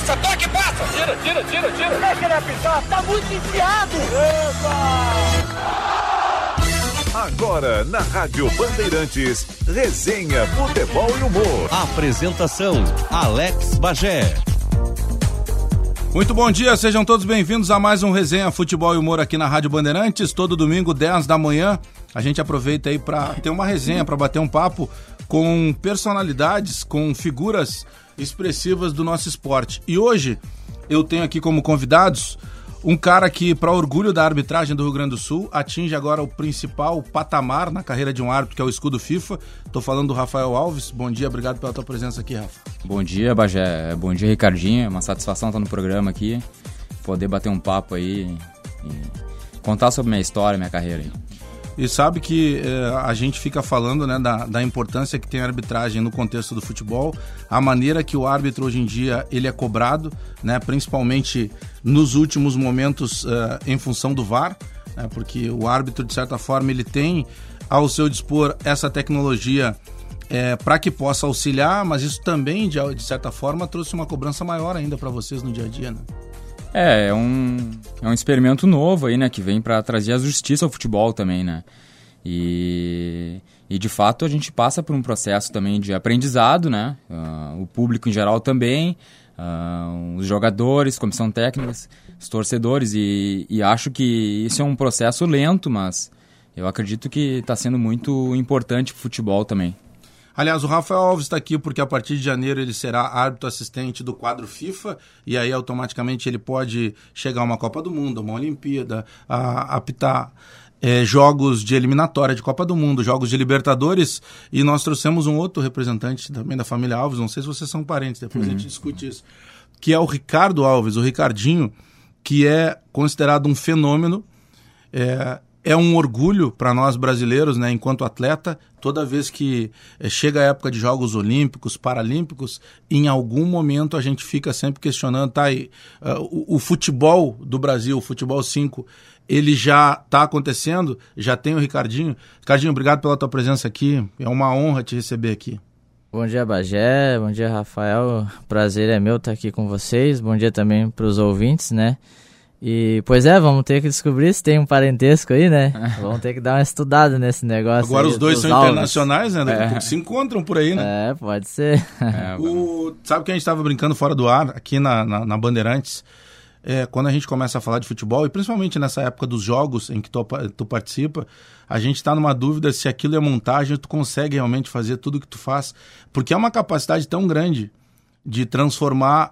passa, toque, passa! Tira! Deixa ele apitar, tá muito enfiado! Epa! Agora, na Rádio Bandeirantes, resenha, futebol e humor. Apresentação, Alex Bagé. Muito bom dia, sejam todos bem-vindos a mais um resenha, futebol e humor aqui na Rádio Bandeirantes. Todo domingo, 10 da manhã, a gente aproveita aí para ter uma resenha, para bater um papo com personalidades, com figuras expressivas do nosso esporte. E hoje eu tenho aqui como convidados um cara que, para orgulho da arbitragem do Rio Grande do Sul, atinge agora o principal patamar na carreira de um árbitro, que é o escudo FIFA. Estou falando do Rafael Alves. Bom dia, obrigado pela tua presença aqui, Rafa. Bom dia, Bagé. Bom dia, Ricardinho. É uma satisfação estar no programa aqui, poder bater um papo aí e contar sobre minha história, minha carreira aí. E sabe que a gente fica falando, né, da importância que tem a arbitragem no contexto do futebol, a maneira que o árbitro hoje em dia ele é cobrado, né, principalmente nos últimos momentos em função do VAR, né, porque o árbitro, de certa forma, ele tem ao seu dispor essa tecnologia para que possa auxiliar, mas isso também, de certa forma, trouxe uma cobrança maior ainda para vocês no dia a dia, né? É um experimento novo aí, né, que vem para trazer a justiça ao futebol também, né, e de fato a gente passa por um processo também de aprendizado, né, o público em geral também, os jogadores, comissão técnica, os torcedores, e acho que isso é um processo lento, mas eu acredito que está sendo muito importante para o futebol também. Aliás, o Rafael Alves está aqui porque a partir de janeiro ele será árbitro assistente do quadro FIFA e aí automaticamente ele pode chegar a uma Copa do Mundo, a uma Olimpíada, a apitar jogos de eliminatória de Copa do Mundo, jogos de Libertadores, e nós trouxemos um outro representante também da família Alves, não sei se vocês são parentes, depois a gente discute isso, que é o Ricardo Alves, o Ricardinho, que é considerado um fenômeno, é um orgulho para nós brasileiros, né, enquanto atleta. Toda vez que chega a época de Jogos Olímpicos, Paralímpicos, em algum momento a gente fica sempre questionando, tá aí, o futebol do Brasil, o futebol 5, ele já está acontecendo, já tem o Ricardinho. Ricardinho, obrigado pela tua presença aqui, é uma honra te receber aqui. Bom dia, Bagé, bom dia, Rafael, prazer é meu estar aqui com vocês, bom dia também para os ouvintes, né? E, pois vamos ter que descobrir se tem um parentesco aí, né? Vamos ter que dar uma estudada nesse negócio. Agora aí, os dois são Alves. Internacionais, né? Daqui a pouco se encontram por aí, né? Pode ser. Sabe que a gente estava brincando fora do ar, aqui na Bandeirantes, quando a gente começa a falar de futebol, e principalmente nessa época dos jogos em que tu participa, a gente está numa dúvida se aquilo é montagem, tu consegue realmente fazer tudo o que tu faz, porque é uma capacidade tão grande de transformar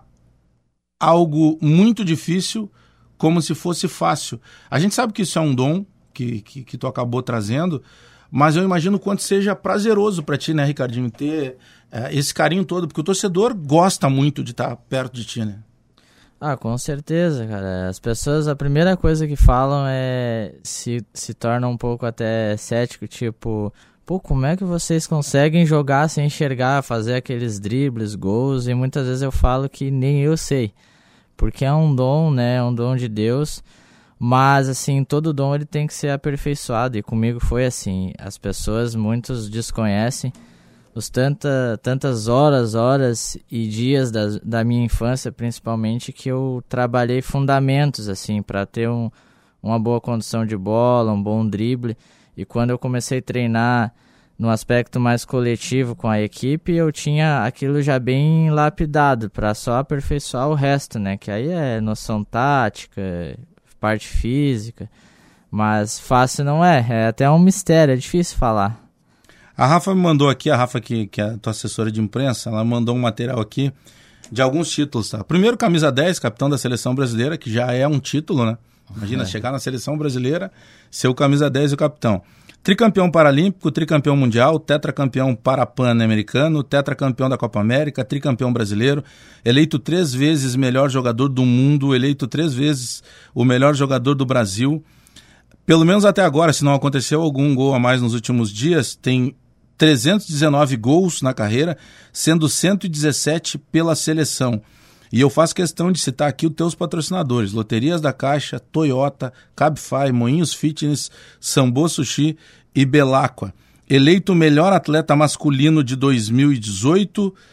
algo muito difícil como se fosse fácil. A gente sabe que isso é um dom que tu acabou trazendo, mas eu imagino o quanto seja prazeroso para ti, né, Ricardinho, ter esse carinho todo, porque o torcedor gosta muito de estar perto de ti, né? Com certeza, cara. As pessoas, a primeira coisa que falam se torna um pouco até cético, tipo, pô, como é que vocês conseguem jogar sem enxergar, fazer aqueles dribles, gols, e muitas vezes eu falo que nem eu sei. Porque é um dom, né? É um dom de Deus. Mas, assim, todo dom ele tem que ser aperfeiçoado. E comigo foi assim. As pessoas, muitos desconhecem os tantas horas e dias da minha infância, principalmente, que eu trabalhei fundamentos, assim, para ter uma boa condução de bola, um bom drible. E quando eu comecei a treinar no aspecto mais coletivo com a equipe, eu tinha aquilo já bem lapidado para só aperfeiçoar o resto, né? Que aí é noção tática, parte física, mas fácil não é até um mistério, é difícil falar. A Rafa me mandou aqui, a Rafa que é a tua assessora de imprensa, ela mandou um material aqui de alguns títulos, tá? Primeiro, camisa 10, capitão da seleção brasileira, que já é um título, né? Imagina, chegar na seleção brasileira, ser o camisa 10 e o capitão. Tricampeão paralímpico, tricampeão mundial, tetracampeão pan-americano, tetracampeão da Copa América, tricampeão brasileiro, eleito 3 vezes melhor jogador do mundo, eleito 3 vezes o melhor jogador do Brasil. Pelo menos até agora, se não aconteceu algum gol a mais nos últimos dias, tem 319 gols na carreira, sendo 117 pela seleção. E eu faço questão de citar aqui os teus patrocinadores: Loterias da Caixa, Toyota, Cabify, Moinhos Fitness, Sambo Sushi e Belacqua. Eleito o melhor atleta masculino de 2018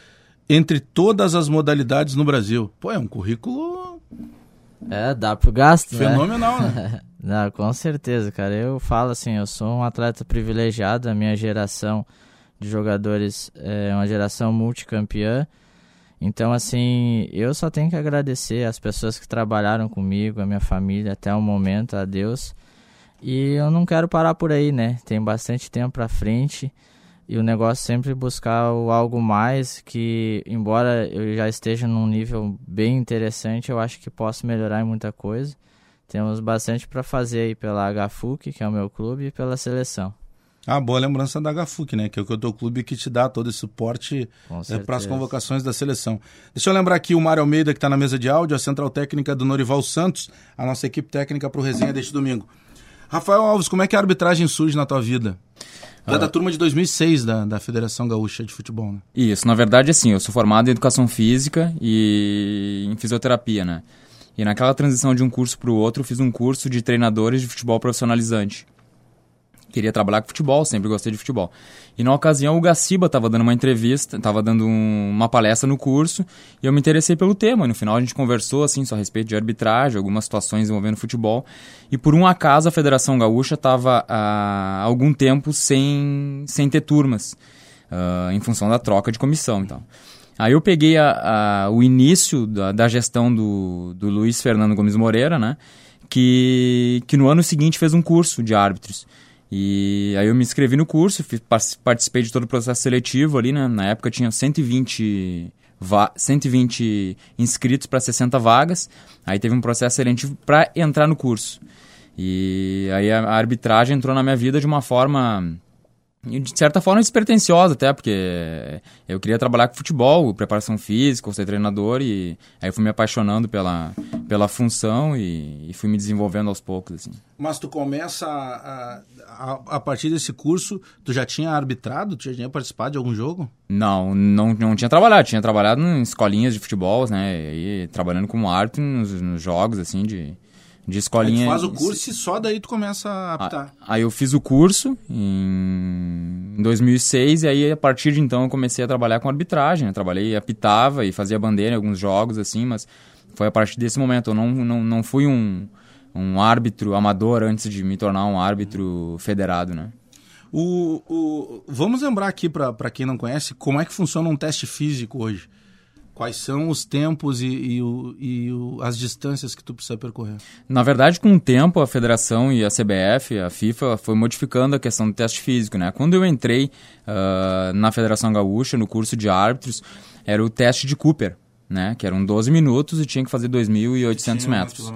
entre todas as modalidades no Brasil. Pô, é um currículo Dá pro gasto, fenomenal, né? Não, com certeza, cara. Eu falo assim, eu sou um atleta privilegiado, a minha geração de jogadores é uma geração multicampeã. Então, assim, eu só tenho que agradecer as pessoas que trabalharam comigo, a minha família, até o momento, a Deus. E eu não quero parar por aí, né? Tem bastante tempo pra frente e o negócio sempre buscar algo mais que, embora eu já esteja num nível bem interessante, eu acho que posso melhorar em muita coisa. Temos bastante para fazer aí pela HFUC, que é o meu clube, e pela seleção. Boa lembrança da HFUC, né? Que é o teu clube que te dá todo esse suporte para as convocações da seleção. Deixa eu lembrar aqui o Mário Almeida, que está na mesa de áudio, a central técnica do Norival Santos, a nossa equipe técnica para o Resenha deste domingo. Rafael Alves, como é que a arbitragem surge na tua vida? Tu é da turma de 2006 da Federação Gaúcha de Futebol, né? Isso, na verdade, assim, eu sou formado em Educação Física e em Fisioterapia, né? E naquela transição de um curso para o outro, eu fiz um curso de treinadores de futebol profissionalizante. Queria trabalhar com futebol, sempre gostei de futebol. E na ocasião o Gaciba estava dando uma entrevista, estava dando uma palestra no curso, e eu me interessei pelo tema. E no final a gente conversou assim, só a respeito de arbitragem, algumas situações envolvendo futebol. E por um acaso a Federação Gaúcha estava há algum tempo sem ter turmas, em função da troca de comissão. Então. Aí eu peguei o início da gestão do Luiz Fernando Gomes Moreira, né, que no ano seguinte fez um curso de árbitros. E aí eu me inscrevi no curso, participei de todo o processo seletivo ali, né? Na época tinha 120 inscritos para 60 vagas. Aí teve um processo seletivo para entrar no curso. E aí a arbitragem entrou na minha vida de uma forma, de certa forma, despretensiosa até, porque eu queria trabalhar com futebol, preparação física, ser treinador, e aí eu fui me apaixonando pela função e fui me desenvolvendo aos poucos, assim. Mas tu começa a partir desse curso, tu já tinha arbitrado? Tu já tinha participado de algum jogo? Não tinha trabalhado em escolinhas de futebol, né, e trabalhando como árbitro nos jogos, assim, de escolinha. Aí tu faz o curso e só daí tu começa a apitar. Aí eu fiz o curso em 2006 e aí a partir de então eu comecei a trabalhar com arbitragem. Eu trabalhei, apitava e fazia bandeira em alguns jogos, assim, mas foi a partir desse momento. Eu não fui um árbitro amador antes de me tornar um árbitro federado, né? Vamos lembrar aqui, para quem não conhece, como é que funciona um teste físico hoje. Quais são os tempos e as distâncias que tu precisa percorrer? Na verdade, com o tempo, a Federação e a CBF, a FIFA, foi modificando a questão do teste físico, né? Quando eu entrei na Federação Gaúcha, no curso de árbitros, era o teste de Cooper, né? Que eram 12 minutos e tinha que fazer 2.800 metros.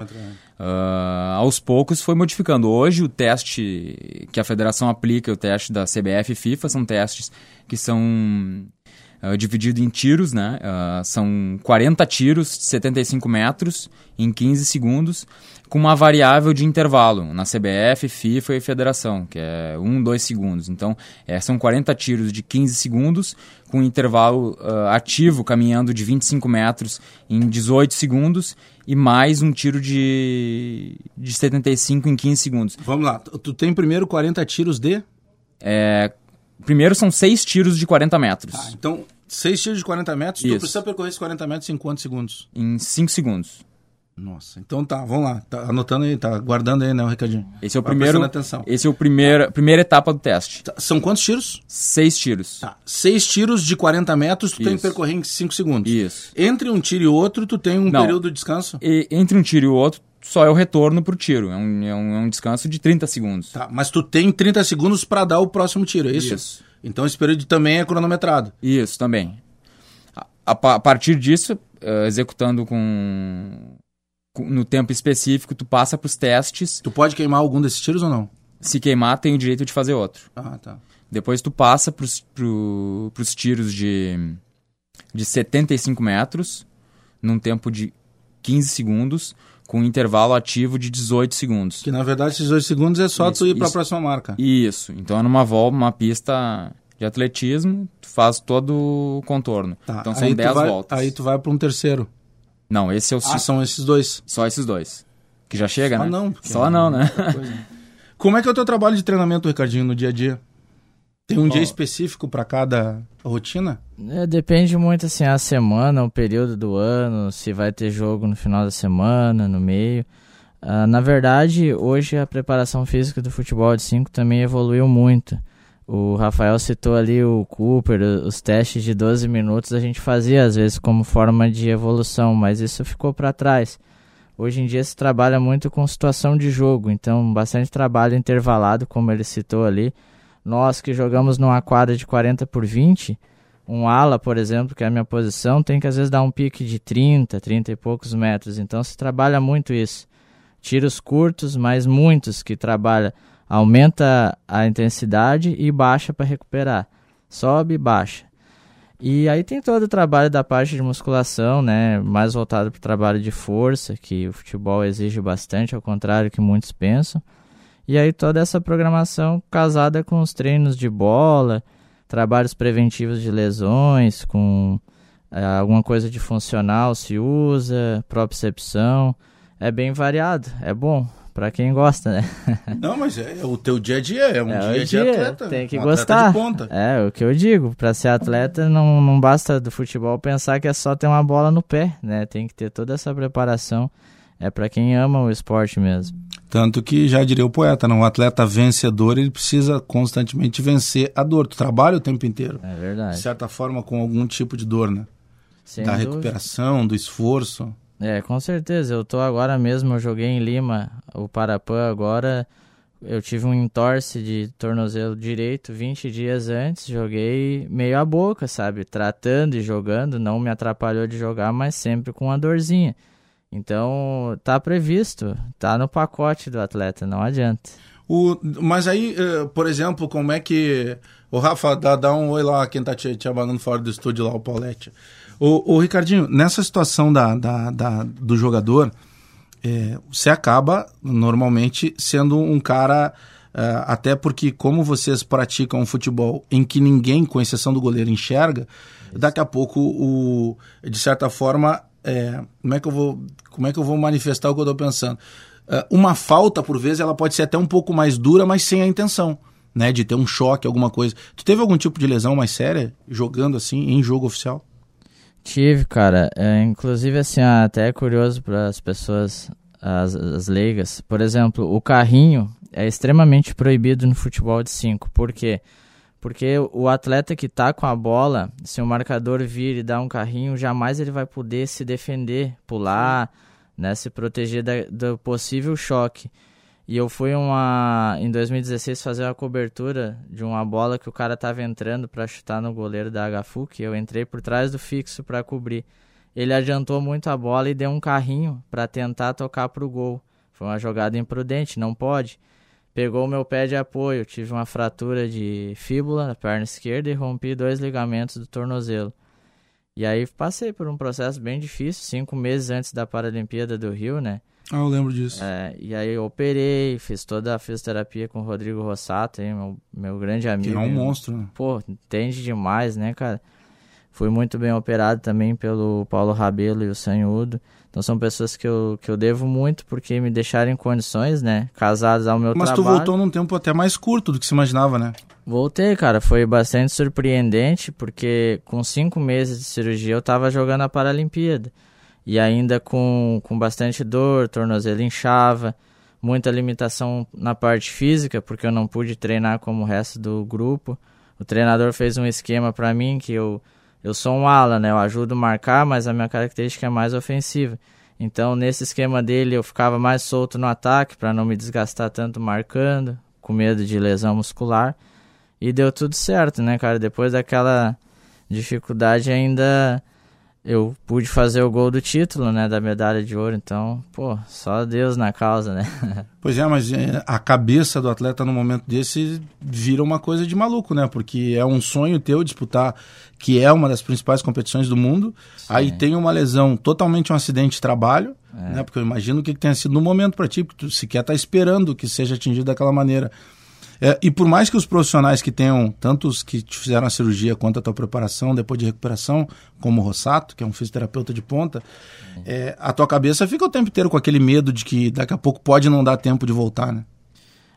Aos poucos foi modificando. Hoje, o teste que a Federação aplica, o teste da CBF e FIFA, são testes que são dividido em tiros, né? São 40 tiros de 75 metros em 15 segundos, com uma variável de intervalo na CBF, FIFA e Federação, que é 1-2 segundos. Então, são 40 tiros de 15 segundos, com intervalo ativo caminhando de 25 metros em 18 segundos, e mais um tiro de 75 em 15 segundos. Vamos lá, tu tem primeiro 40 tiros de? Primeiro são 6 tiros de 40 metros. Então, 6 tiros de 40 metros, Isso. Tu precisa percorrer esses 40 metros em quantos segundos? Em 5 segundos. Nossa, então tá, vamos lá. Tá anotando aí, tá guardando aí, né, o recadinho. Esse é o primeiro. Atenção. Esse é a primeira etapa do teste. São quantos tiros? 6 tiros. 6 tiros de 40 metros, tu tem que percorrer em 5 segundos. Isso. Entre um tiro e outro, tu tem um período de descanso? Entre um tiro e o outro, só é o retorno pro tiro. É um descanso de 30 segundos. Tá, mas tu tem 30 segundos para dar o próximo tiro, é isso? Isso. Então esse período também é cronometrado. Isso, também. A partir disso, executando no tempo específico, tu passa pros testes. Tu pode queimar algum desses tiros ou não? Se queimar, tem o direito de fazer outro. Tá. Depois tu passa pros tiros de 75 metros, num tempo de 15 segundos, com um intervalo ativo de 18 segundos. Que na verdade esses 18 segundos é só tu ir para a próxima marca. Isso. Então é uma pista de atletismo, tu faz todo o contorno. Tá. Então são 10 voltas. Aí tu vai para um terceiro. Não, esse é o... são esses dois. Só esses dois. Que já chega, só né? Não, só não, né? Como é que é o teu trabalho de treinamento, Ricardinho, no dia a dia? Tem um dia específico para cada rotina? Depende muito, assim, a semana, o período do ano, se vai ter jogo no final da semana, no meio. Na verdade, hoje a preparação física do futebol de 5 também evoluiu muito. O Rafael citou ali o Cooper, os testes de 12 minutos a gente fazia às vezes como forma de evolução, mas isso ficou para trás. Hoje em dia se trabalha muito com situação de jogo, então bastante trabalho intervalado, como ele citou ali. Nós que jogamos numa quadra de 40x20, um ala, por exemplo, que é a minha posição, tem que às vezes dar um pique de 30 e poucos metros, então se trabalha muito isso. Tiros curtos, mas muitos que trabalha, aumenta a intensidade e baixa para recuperar, sobe e baixa. E aí tem todo o trabalho da parte de musculação, né, mais voltado para o trabalho de força, que o futebol exige bastante, ao contrário que muitos pensam. E aí toda essa programação casada com os treinos de bola, trabalhos preventivos de lesões, com alguma coisa de funcional se usa, propriocepção, é bem variado, é bom. Pra quem gosta, né? Não, mas o teu dia a dia, é um dia de atleta. Tem que gostar. De ponta. É o que eu digo, pra ser atleta não basta do futebol pensar que é só ter uma bola no pé, né? Tem que ter toda essa preparação, é pra quem ama o esporte mesmo. Tanto que já diria o poeta, um atleta vencedor, ele precisa constantemente vencer a dor. Tu trabalha o tempo inteiro. É verdade. De certa forma com algum tipo de dor, né? Sem da dúvida. Recuperação, do esforço. Com certeza. Eu tô agora mesmo, eu joguei em Lima, o Parapan agora, eu tive um entorse de tornozelo direito 20 dias antes, joguei meio a boca, sabe? Tratando e jogando, não me atrapalhou de jogar, mas sempre com uma dorzinha. Então, tá previsto, tá no pacote do atleta, não adianta. Mas aí, por exemplo, como é que... O Rafa, dá um oi lá, quem tá te abanando fora do estúdio lá, o Paulette. O Ricardinho, nessa situação do jogador, você acaba normalmente sendo um cara, até porque como vocês praticam um futebol em que ninguém, com exceção do goleiro, enxerga, daqui a pouco, de certa forma, como é que eu vou manifestar o que eu estou pensando? Uma falta, por vezes, ela pode ser até um pouco mais dura, mas sem a intenção, né, de ter um choque, alguma coisa. Tu teve algum tipo de lesão mais séria jogando assim, em jogo oficial? Tive, cara. Inclusive, assim, até é curioso para as pessoas, as leigas. Por exemplo, o carrinho é extremamente proibido no futebol de 5. Por quê? Porque o atleta que tá com a bola, se o marcador vir e dar um carrinho, jamais ele vai poder se defender, pular, né, se proteger do possível choque. E eu fui em 2016 fazer uma cobertura de uma bola que o cara tava entrando para chutar no goleiro da HFUC, eu entrei por trás do fixo para cobrir. Ele adiantou muito a bola e deu um carrinho para tentar tocar pro gol. Foi uma jogada imprudente, não pode. Pegou o meu pé de apoio, tive uma fratura de fíbula na perna esquerda e rompi 2 ligamentos do tornozelo. E aí passei por um processo bem difícil, 5 meses antes da Paralimpíada do Rio, né? Ah, eu lembro disso. E aí eu operei, fiz toda a fisioterapia com o Rodrigo Rossato, meu grande amigo. Que é um monstro, né? Pô, entende demais, né, cara? Fui muito bem operado também pelo Paulo Rabelo e o Sanhudo. Então são pessoas que eu devo muito porque me deixaram em condições, né? Casados ao meu trabalho. Mas tu voltou num tempo até mais curto do que se imaginava, né? Voltei, cara. Foi bastante surpreendente porque com 5 meses de cirurgia eu tava jogando a Paralimpíada. E ainda com bastante dor, tornozelo inchava, muita limitação na parte física, porque eu não pude treinar como o resto do grupo. O treinador fez um esquema para mim que eu sou um ala, né? Eu ajudo a marcar, mas a minha característica é mais ofensiva. Então, nesse esquema dele, eu ficava mais solto no ataque para não me desgastar tanto marcando, com medo de lesão muscular. E deu tudo certo, né, cara? Depois daquela dificuldade ainda... eu pude fazer o gol do título, né, da medalha de ouro, então, pô, só Deus na causa, né? Pois é, mas a cabeça do atleta no momento desse vira uma coisa de maluco, né? Porque é um sonho teu disputar, que é uma das principais competições do mundo, sim. Aí tem uma lesão, totalmente um acidente de trabalho, né? Porque eu imagino o que tenha sido no momento para ti, porque tu sequer tá esperando que seja atingido daquela maneira. E por mais que os profissionais que tenham, tanto os que te fizeram a cirurgia quanto a tua preparação depois de recuperação, como o Rossato, que é um fisioterapeuta de ponta, a tua cabeça fica o tempo inteiro com aquele medo de que daqui a pouco pode não dar tempo de voltar, né?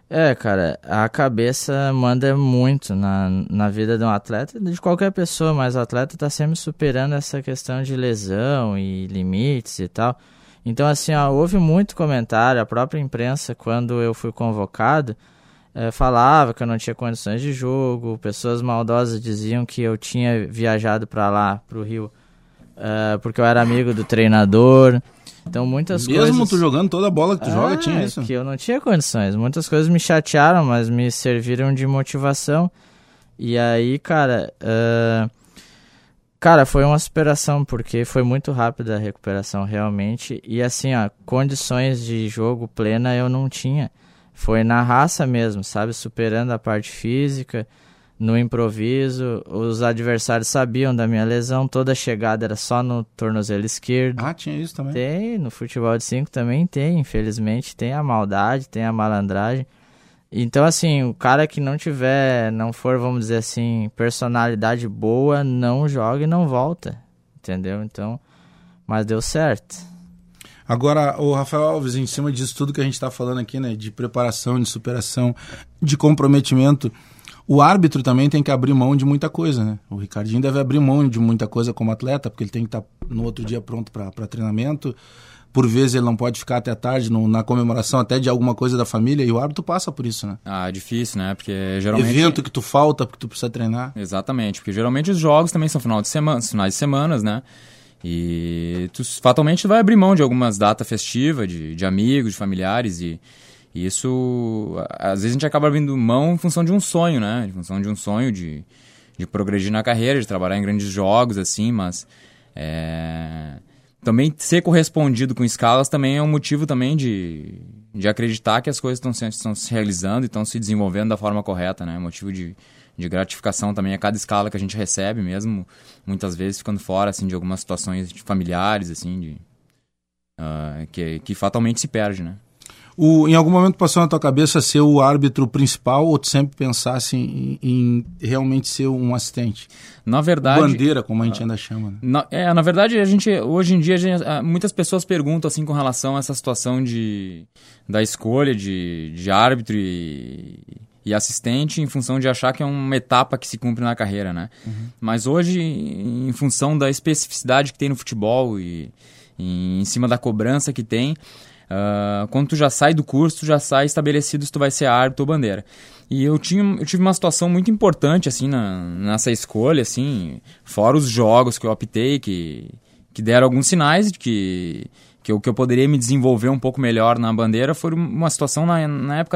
Cara, a cabeça manda muito na vida de um atleta, de qualquer pessoa, mas o atleta tá sempre superando essa questão de lesão e limites e tal. Então, assim, houve muito comentário, a própria imprensa, quando eu fui convocado, falava que eu não tinha condições de jogo, pessoas maldosas diziam que eu tinha viajado para lá, pro Rio, porque eu era amigo do treinador. Então muitas coisas... Mesmo tu jogando toda a bola que tu joga, tinha isso? Que eu não tinha condições. Muitas coisas me chatearam, mas me serviram de motivação. E aí, cara... Cara, foi uma superação, porque foi muito rápida a recuperação, realmente. E assim, condições de jogo plena eu não tinha. Foi na raça mesmo, sabe? Superando a parte física, no improviso. Os adversários sabiam da minha lesão, toda a chegada era só no tornozelo esquerdo. Tinha isso também? Tem, no futebol de 5 também tem, infelizmente. Tem a maldade, tem a malandragem. Então, assim, o cara que não for, vamos dizer assim, personalidade boa, não joga e não volta, entendeu? Então, mas deu certo. Agora, o Rafael Alves, em cima disso tudo que a gente está falando aqui, né, de preparação, de superação, de comprometimento, o árbitro também tem que abrir mão de muita coisa, né? O Ricardinho deve abrir mão de muita coisa como atleta, porque ele tem que estar no outro dia pronto para treinamento. Por vezes ele não pode ficar até tarde na comemoração até de alguma coisa da família, e o árbitro passa por isso, né? Difícil, né? Porque geralmente... Evento que tu falta, porque tu precisa treinar. Exatamente, porque geralmente os jogos também são finais de semana, né? E tu fatalmente vai abrir mão de algumas datas festivas, de amigos, de familiares, e isso... Às vezes a gente acaba abrindo mão em função de um sonho, né? Em função de um sonho de progredir na carreira, de trabalhar em grandes jogos, assim, mas... Também ser correspondido com escalas também é um motivo também de acreditar que as coisas estão se realizando e estão se desenvolvendo da forma correta, né? Motivo de gratificação também a cada escala que a gente recebe, mesmo muitas vezes ficando fora assim, de algumas situações familiares, assim, que fatalmente se perde, né? Em algum momento passou na tua cabeça ser o árbitro principal, ou tu sempre pensasse em realmente ser um assistente? Na verdade... Bandeira, como a gente ainda chama. Né? Na verdade, hoje em dia, muitas pessoas perguntam assim, com relação a essa situação da escolha de árbitro e assistente, em função de achar que é uma etapa que se cumpre na carreira, né? Uhum. Mas hoje, em função da especificidade que tem no futebol e em cima da cobrança que tem... quando tu já sai do curso, tu já sai estabelecido se tu vai ser árbitro ou bandeira. E eu tive uma situação muito importante, assim, nessa escolha, assim, fora os jogos que eu optei, que deram alguns sinais de que eu poderia me desenvolver um pouco melhor na bandeira. Foi uma situação na época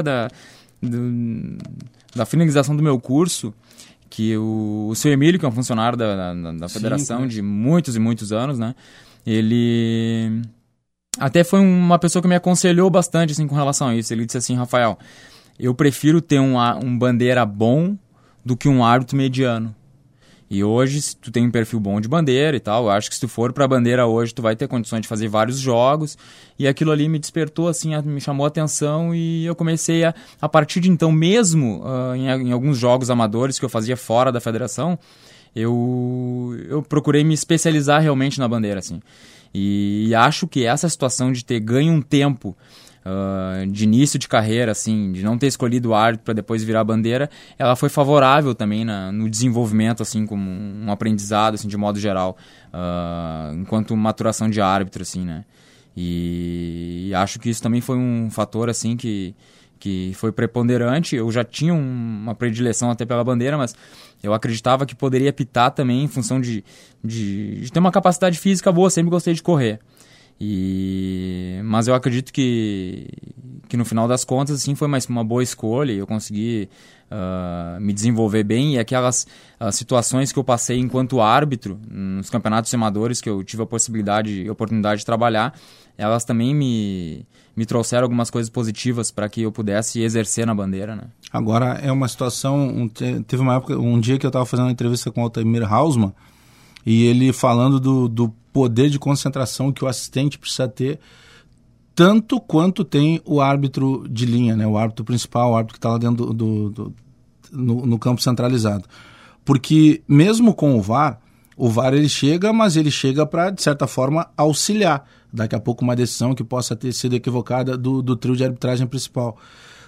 da finalização do meu curso, que o seu Emílio, que é um funcionário da federação de muitos e muitos anos, né, ele... Até foi uma pessoa que me aconselhou bastante assim, com relação a isso. Ele disse assim: Rafael, eu prefiro ter um bandeira bom do que um árbitro mediano. E hoje, se tu tem um perfil bom de bandeira e tal, eu acho que se tu for pra bandeira hoje, tu vai ter condições de fazer vários jogos. E aquilo ali me despertou, assim, me chamou a atenção, e eu comecei a partir de então, mesmo em alguns jogos amadores que eu fazia fora da federação, eu procurei me especializar realmente na bandeira, assim. E acho que essa situação de ter ganho um tempo de início de carreira, assim, de não ter escolhido o árbitro para depois virar bandeira, ela foi favorável também no desenvolvimento, assim, como um aprendizado, assim, de modo geral, enquanto maturação de árbitro, assim, né? E acho que isso também foi um fator, assim, que foi preponderante. Eu já tinha uma predileção até pela bandeira, mas eu acreditava que poderia apitar também em função de ter uma capacidade física boa. Sempre gostei de correr. Mas eu acredito que no final das contas, assim, foi uma boa escolha. Eu consegui me desenvolver bem, e aquelas situações que eu passei enquanto árbitro nos campeonatos amadores que eu tive a possibilidade e oportunidade de trabalhar, elas também me trouxeram algumas coisas positivas para que eu pudesse exercer na bandeira, né? Agora, é uma situação... Teve uma época, um dia que eu estava fazendo uma entrevista com o Altamir Hausmann, e ele falando do poder de concentração que o assistente precisa ter, tanto quanto tem o árbitro de linha, né? O árbitro principal, o árbitro que está lá dentro no campo centralizado. Porque mesmo com o VAR ele chega, mas ele chega para, de certa forma, auxiliar daqui a pouco uma decisão que possa ter sido equivocada do trio de arbitragem principal.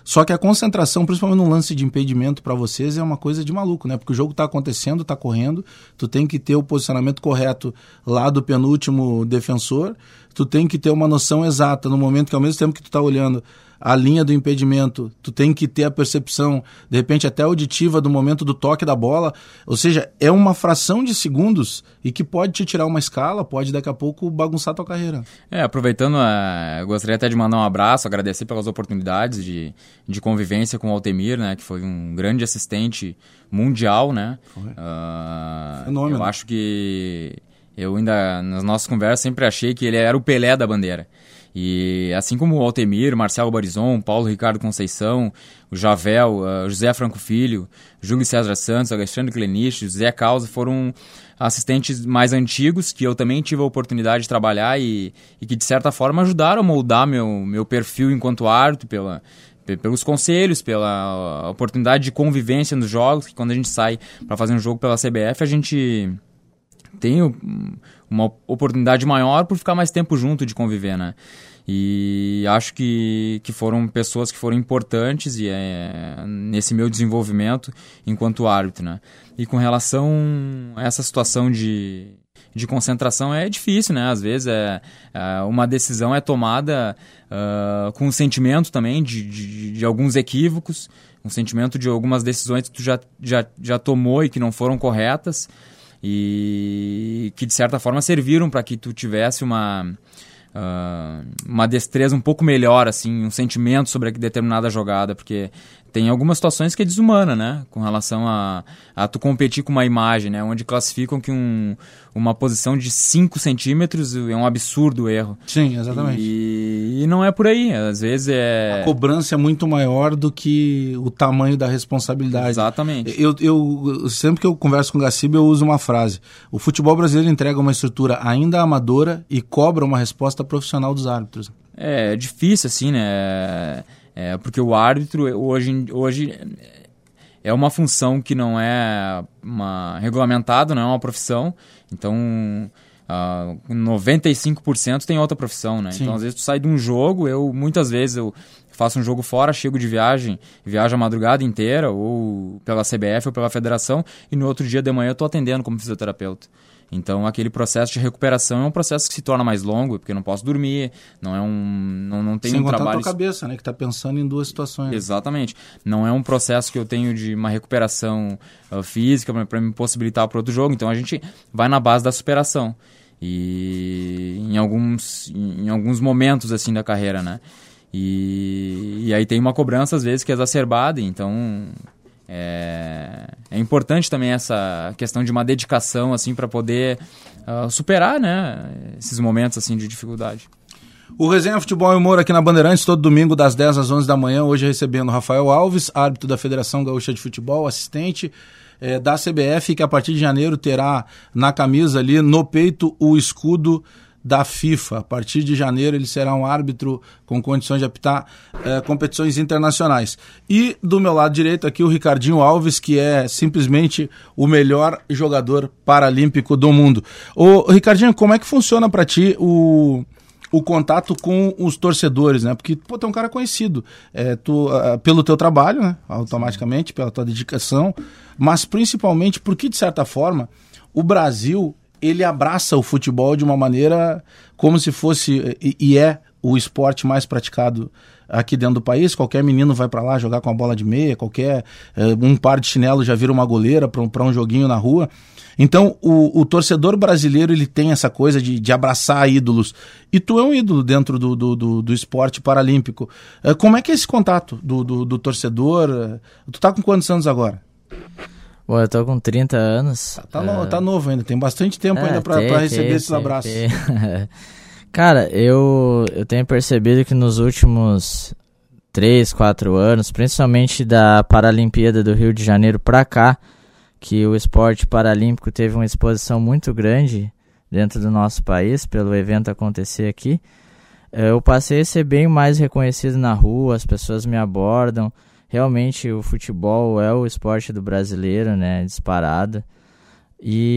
Só que a concentração, principalmente no lance de impedimento para vocês, é uma coisa de maluco, né? Porque o jogo tá acontecendo, tá correndo, tu tem que ter o posicionamento correto lá do penúltimo defensor, tu tem que ter uma noção exata no momento que, ao mesmo tempo que tu tá olhando a linha do impedimento, tu tem que ter a percepção, de repente até auditiva, do momento do toque da bola. Ou seja, é uma fração de segundos e que pode te tirar uma escala, pode daqui a pouco bagunçar tua carreira. Aproveitando, eu gostaria até de mandar um abraço, agradecer pelas oportunidades de convivência com o Altemir, né, que foi um grande assistente mundial, né? Fenômeno. Eu acho que eu ainda, nas nossas conversas, sempre achei que ele era o Pelé da bandeira. E assim como o Altemir, Marcelo Barizon, Paulo Ricardo Conceição, o Javel, José Franco Filho, Júlio César Santos, Alexandre Clenich, José Causa, foram assistentes mais antigos que eu também tive a oportunidade de trabalhar e que de certa forma ajudaram a moldar meu perfil enquanto árbitro, pelos conselhos, pela oportunidade de convivência nos jogos, que quando a gente sai para fazer um jogo pela CBF, a gente tem uma oportunidade maior por ficar mais tempo junto, de conviver, né? E acho que foram pessoas que foram importantes nesse meu desenvolvimento enquanto árbitro, né? E com relação a essa situação de concentração, é difícil, né? Às vezes uma decisão é tomada com um sentimento também de alguns equívocos, um sentimento de algumas decisões que tu já tomou e que não foram corretas, e que de certa forma serviram para que tu tivesse uma destreza um pouco melhor, assim, um sentimento sobre determinada jogada, porque tem algumas situações que é desumana, né, com relação a tu competir com uma imagem, né, onde classificam que uma posição de 5 centímetros é um absurdo erro. Sim, exatamente. E não é por aí, às vezes a cobrança é muito maior do que o tamanho da responsabilidade. Exatamente. Eu sempre que eu converso com o Gaciba, eu uso uma frase: o futebol brasileiro entrega uma estrutura ainda amadora e cobra uma resposta profissional dos árbitros. É difícil, assim, né? Porque o árbitro hoje é uma função que não é regulamentada, não é uma profissão. Então, 95% tem outra profissão, né? Sim. Então, às vezes tu sai de um jogo, muitas vezes eu faço um jogo fora, chego de viajo a madrugada inteira, ou pela CBF ou pela federação, e no outro dia de manhã eu tô atendendo como fisioterapeuta. Então, aquele processo de recuperação é um processo que se torna mais longo, porque eu não posso dormir, não tem sem um trabalho... Sem contar a tua cabeça, né? Que tá pensando em duas situações. Exatamente. Não é um processo que eu tenho de uma recuperação física para me possibilitar para outro jogo. Então, a gente vai na base da superação. E em alguns momentos, assim, da carreira, né? E aí tem uma cobrança, às vezes, que é exacerbada, então... É importante também essa questão de uma dedicação, assim, para poder superar, né, esses momentos, assim, de dificuldade. O Resenha Futebol e Humor aqui na Bandeirantes, todo domingo das 10 às 11 da manhã, hoje recebendo Rafael Alves, árbitro da Federação Gaúcha de Futebol, assistente da CBF, que a partir de janeiro terá na camisa ali, no peito, o escudo da FIFA. A partir de janeiro ele será um árbitro com condições de apitar competições internacionais. E do meu lado direito aqui o Ricardinho Alves, que é simplesmente o melhor jogador paralímpico do mundo. Ô Ricardinho, como é que funciona para ti o contato com os torcedores, né? Porque, tu é um cara conhecido, pelo teu trabalho, né? Automaticamente, pela tua dedicação, mas principalmente porque, de certa forma, o Brasil, ele abraça o futebol de uma maneira como se fosse, e é o esporte mais praticado aqui dentro do país. Qualquer menino vai para lá jogar com a bola de meia, um par de chinelo já vira uma goleira para um joguinho na rua. Então, o torcedor brasileiro, ele tem essa coisa de abraçar ídolos. E tu é um ídolo dentro do esporte paralímpico. Como é que é esse contato do torcedor? Tu tá com quantos anos agora? Bom, eu tô com 30 anos. Tá novo ainda, tem bastante tempo ainda pra receber esses abraços. Cara, eu tenho percebido que nos últimos 3, 4 anos, principalmente da Paralimpíada do Rio de Janeiro pra cá, que o esporte paralímpico teve uma exposição muito grande dentro do nosso país, pelo evento acontecer aqui, eu passei a ser bem mais reconhecido na rua, as pessoas me abordam. Realmente o futebol é o esporte do brasileiro, né, disparado. E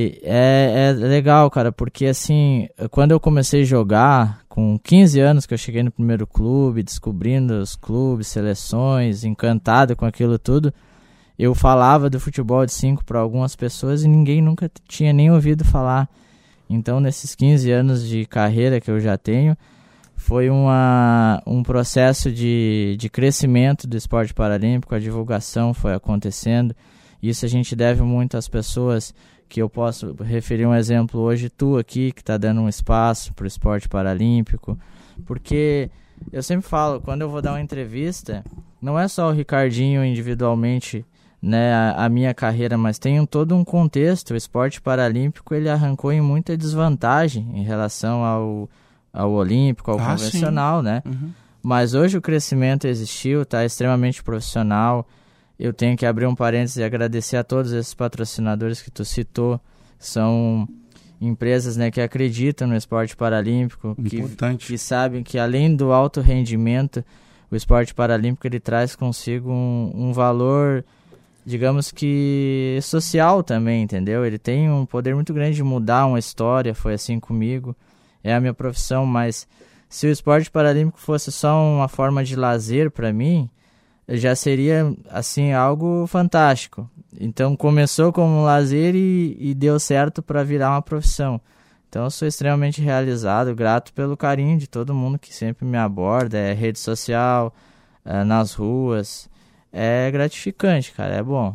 E é legal, cara, porque assim, quando eu comecei a jogar, com 15 anos que eu cheguei no primeiro clube, descobrindo os clubes, seleções, encantado com aquilo tudo, eu falava do futebol de 5 para algumas pessoas e ninguém nunca tinha nem ouvido falar. Então, nesses 15 anos de carreira que eu já tenho, foi um processo de crescimento do esporte paralímpico, a divulgação foi acontecendo. Isso a gente deve muito às pessoas, que eu posso referir um exemplo hoje, tu aqui, que está dando um espaço para o esporte paralímpico, porque eu sempre falo, quando eu vou dar uma entrevista, não é só o Ricardinho individualmente, né, a minha carreira, mas tem todo um contexto. O esporte paralímpico, ele arrancou em muita desvantagem em relação ao olímpico, ao convencional, sim, né? Uhum. Mas hoje o crescimento existiu, está extremamente profissional. Eu tenho que abrir um parênteses e agradecer a todos esses patrocinadores que tu citou. São empresas, né, que acreditam no esporte paralímpico, que sabem que além do alto rendimento, o esporte paralímpico ele traz consigo um valor, digamos que social também, entendeu? Ele tem um poder muito grande de mudar uma história, foi assim comigo, é a minha profissão, mas se o esporte paralímpico fosse só uma forma de lazer para mim, já seria, assim, algo fantástico. Então, começou como um lazer e deu certo para virar uma profissão. Então, eu sou extremamente realizado, grato pelo carinho de todo mundo que sempre me aborda, rede social, nas ruas. É gratificante, cara, é bom.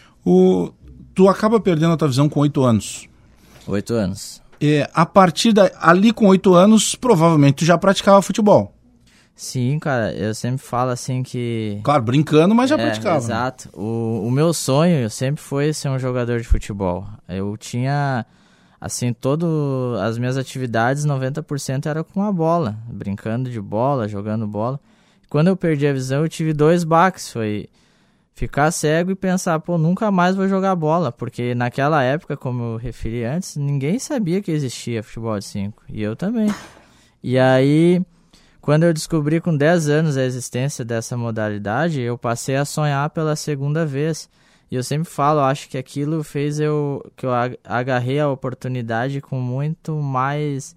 Tu acaba perdendo a tua visão com 8 anos. 8 anos. A partir ali com 8 anos, provavelmente tu já praticava futebol. Sim, cara, eu sempre falo assim que... Claro, brincando, mas já praticava. Exato. Né? O meu sonho sempre foi ser um jogador de futebol. Eu tinha, assim, as minhas atividades, 90% era com a bola. Brincando de bola, jogando bola. Quando eu perdi a visão, eu tive 2 baques. Foi ficar cego e pensar, nunca mais vou jogar bola. Porque naquela época, como eu referi antes, ninguém sabia que existia futebol de 5. E eu também. E aí... Quando eu descobri com 10 anos a existência dessa modalidade, eu passei a sonhar pela segunda vez. E eu sempre falo, acho que aquilo fez que eu agarrei a oportunidade com muito mais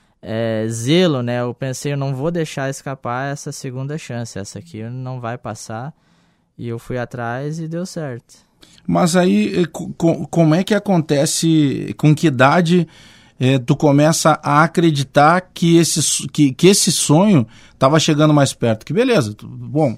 zelo, né? Eu pensei, eu não vou deixar escapar essa segunda chance, essa aqui não vai passar. E eu fui atrás e deu certo. Mas aí, como é que acontece, com que idade... tu começa a acreditar que esse sonho estava chegando mais perto? Que beleza, bom,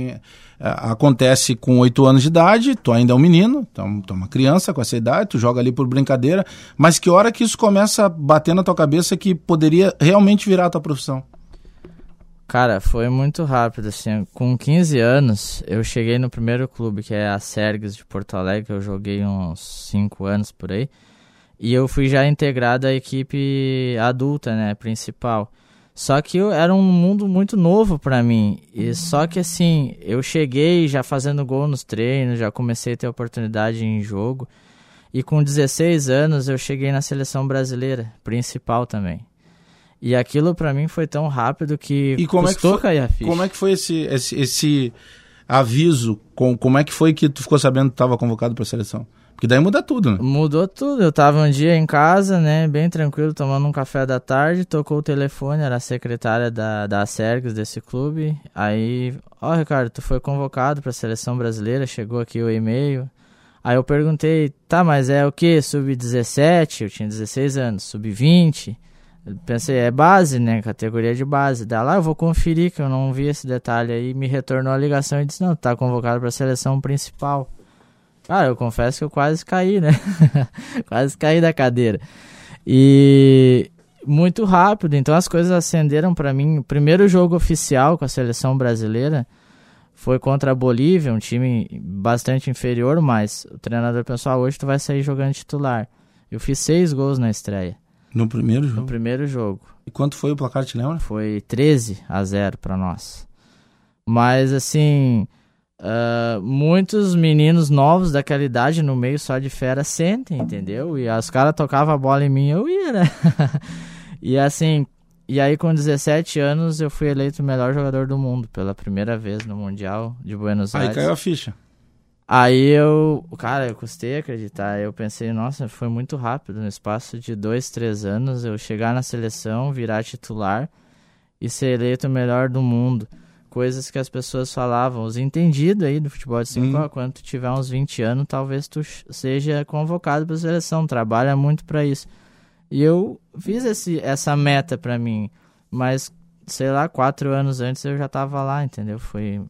acontece com 8 anos de idade, tu ainda é um menino, tu é uma criança com essa idade, tu joga ali por brincadeira, mas que hora que isso começa a bater na tua cabeça que poderia realmente virar a tua profissão? Cara, foi muito rápido, assim, com 15 anos eu cheguei no primeiro clube, que é a Sergues de Porto Alegre, que eu joguei uns 5 anos por aí. E eu fui já integrado à equipe adulta, né, principal. Só que era um mundo muito novo para mim. E só que assim, eu cheguei já fazendo gol nos treinos, já comecei a ter oportunidade em jogo. E com 16 anos eu cheguei na seleção brasileira, principal também. E aquilo para mim foi tão rápido que custou cair a ficha. Como é que foi esse aviso? Como é que foi que tu ficou sabendo que tu estava convocado para a seleção? Porque daí muda tudo, né? Mudou tudo. Eu tava um dia em casa, né, bem tranquilo, tomando um café da tarde, tocou o telefone, era a secretária da Sergues desse clube. Aí, Ricardo, tu foi convocado pra seleção brasileira, chegou aqui o e-mail. Aí eu perguntei, tá, mas é o quê? Sub-17? Eu tinha 16 anos. Sub-20? Pensei, é base, né, categoria de base. Daí lá eu vou conferir, que eu não vi esse detalhe. Aí me retornou a ligação e disse, não, tá convocado pra seleção principal. Cara, eu confesso que eu quase caí, né? Quase caí da cadeira. E muito rápido, então as coisas acenderam pra mim. O primeiro jogo oficial com a seleção brasileira foi contra a Bolívia, um time bastante inferior, mas o treinador pensou, hoje tu vai sair jogando titular. Eu fiz 6 gols na estreia. No primeiro jogo? No primeiro jogo. E quanto foi o placar, te lembra? Foi 13-0 pra nós. Mas assim... muitos meninos novos daquela idade no meio só de fera sentem, entendeu? E os caras tocavam a bola em mim, eu ia, né? E assim, e aí com 17 anos eu fui eleito o melhor jogador do mundo pela primeira vez no Mundial de Buenos Aires. Aí caiu a ficha. Aí eu custei acreditar. Eu pensei, nossa, foi muito rápido. No espaço de 2-3 anos, eu chegar na seleção, virar titular e ser eleito o melhor do mundo. Coisas que as pessoas falavam, os entendidos aí do futebol de 5, quando tu tiver uns 20 anos, talvez tu seja convocado para a seleção, trabalha muito para isso. E eu fiz essa meta para mim, mas, sei lá, 4 anos antes eu já tava lá, entendeu? Foi,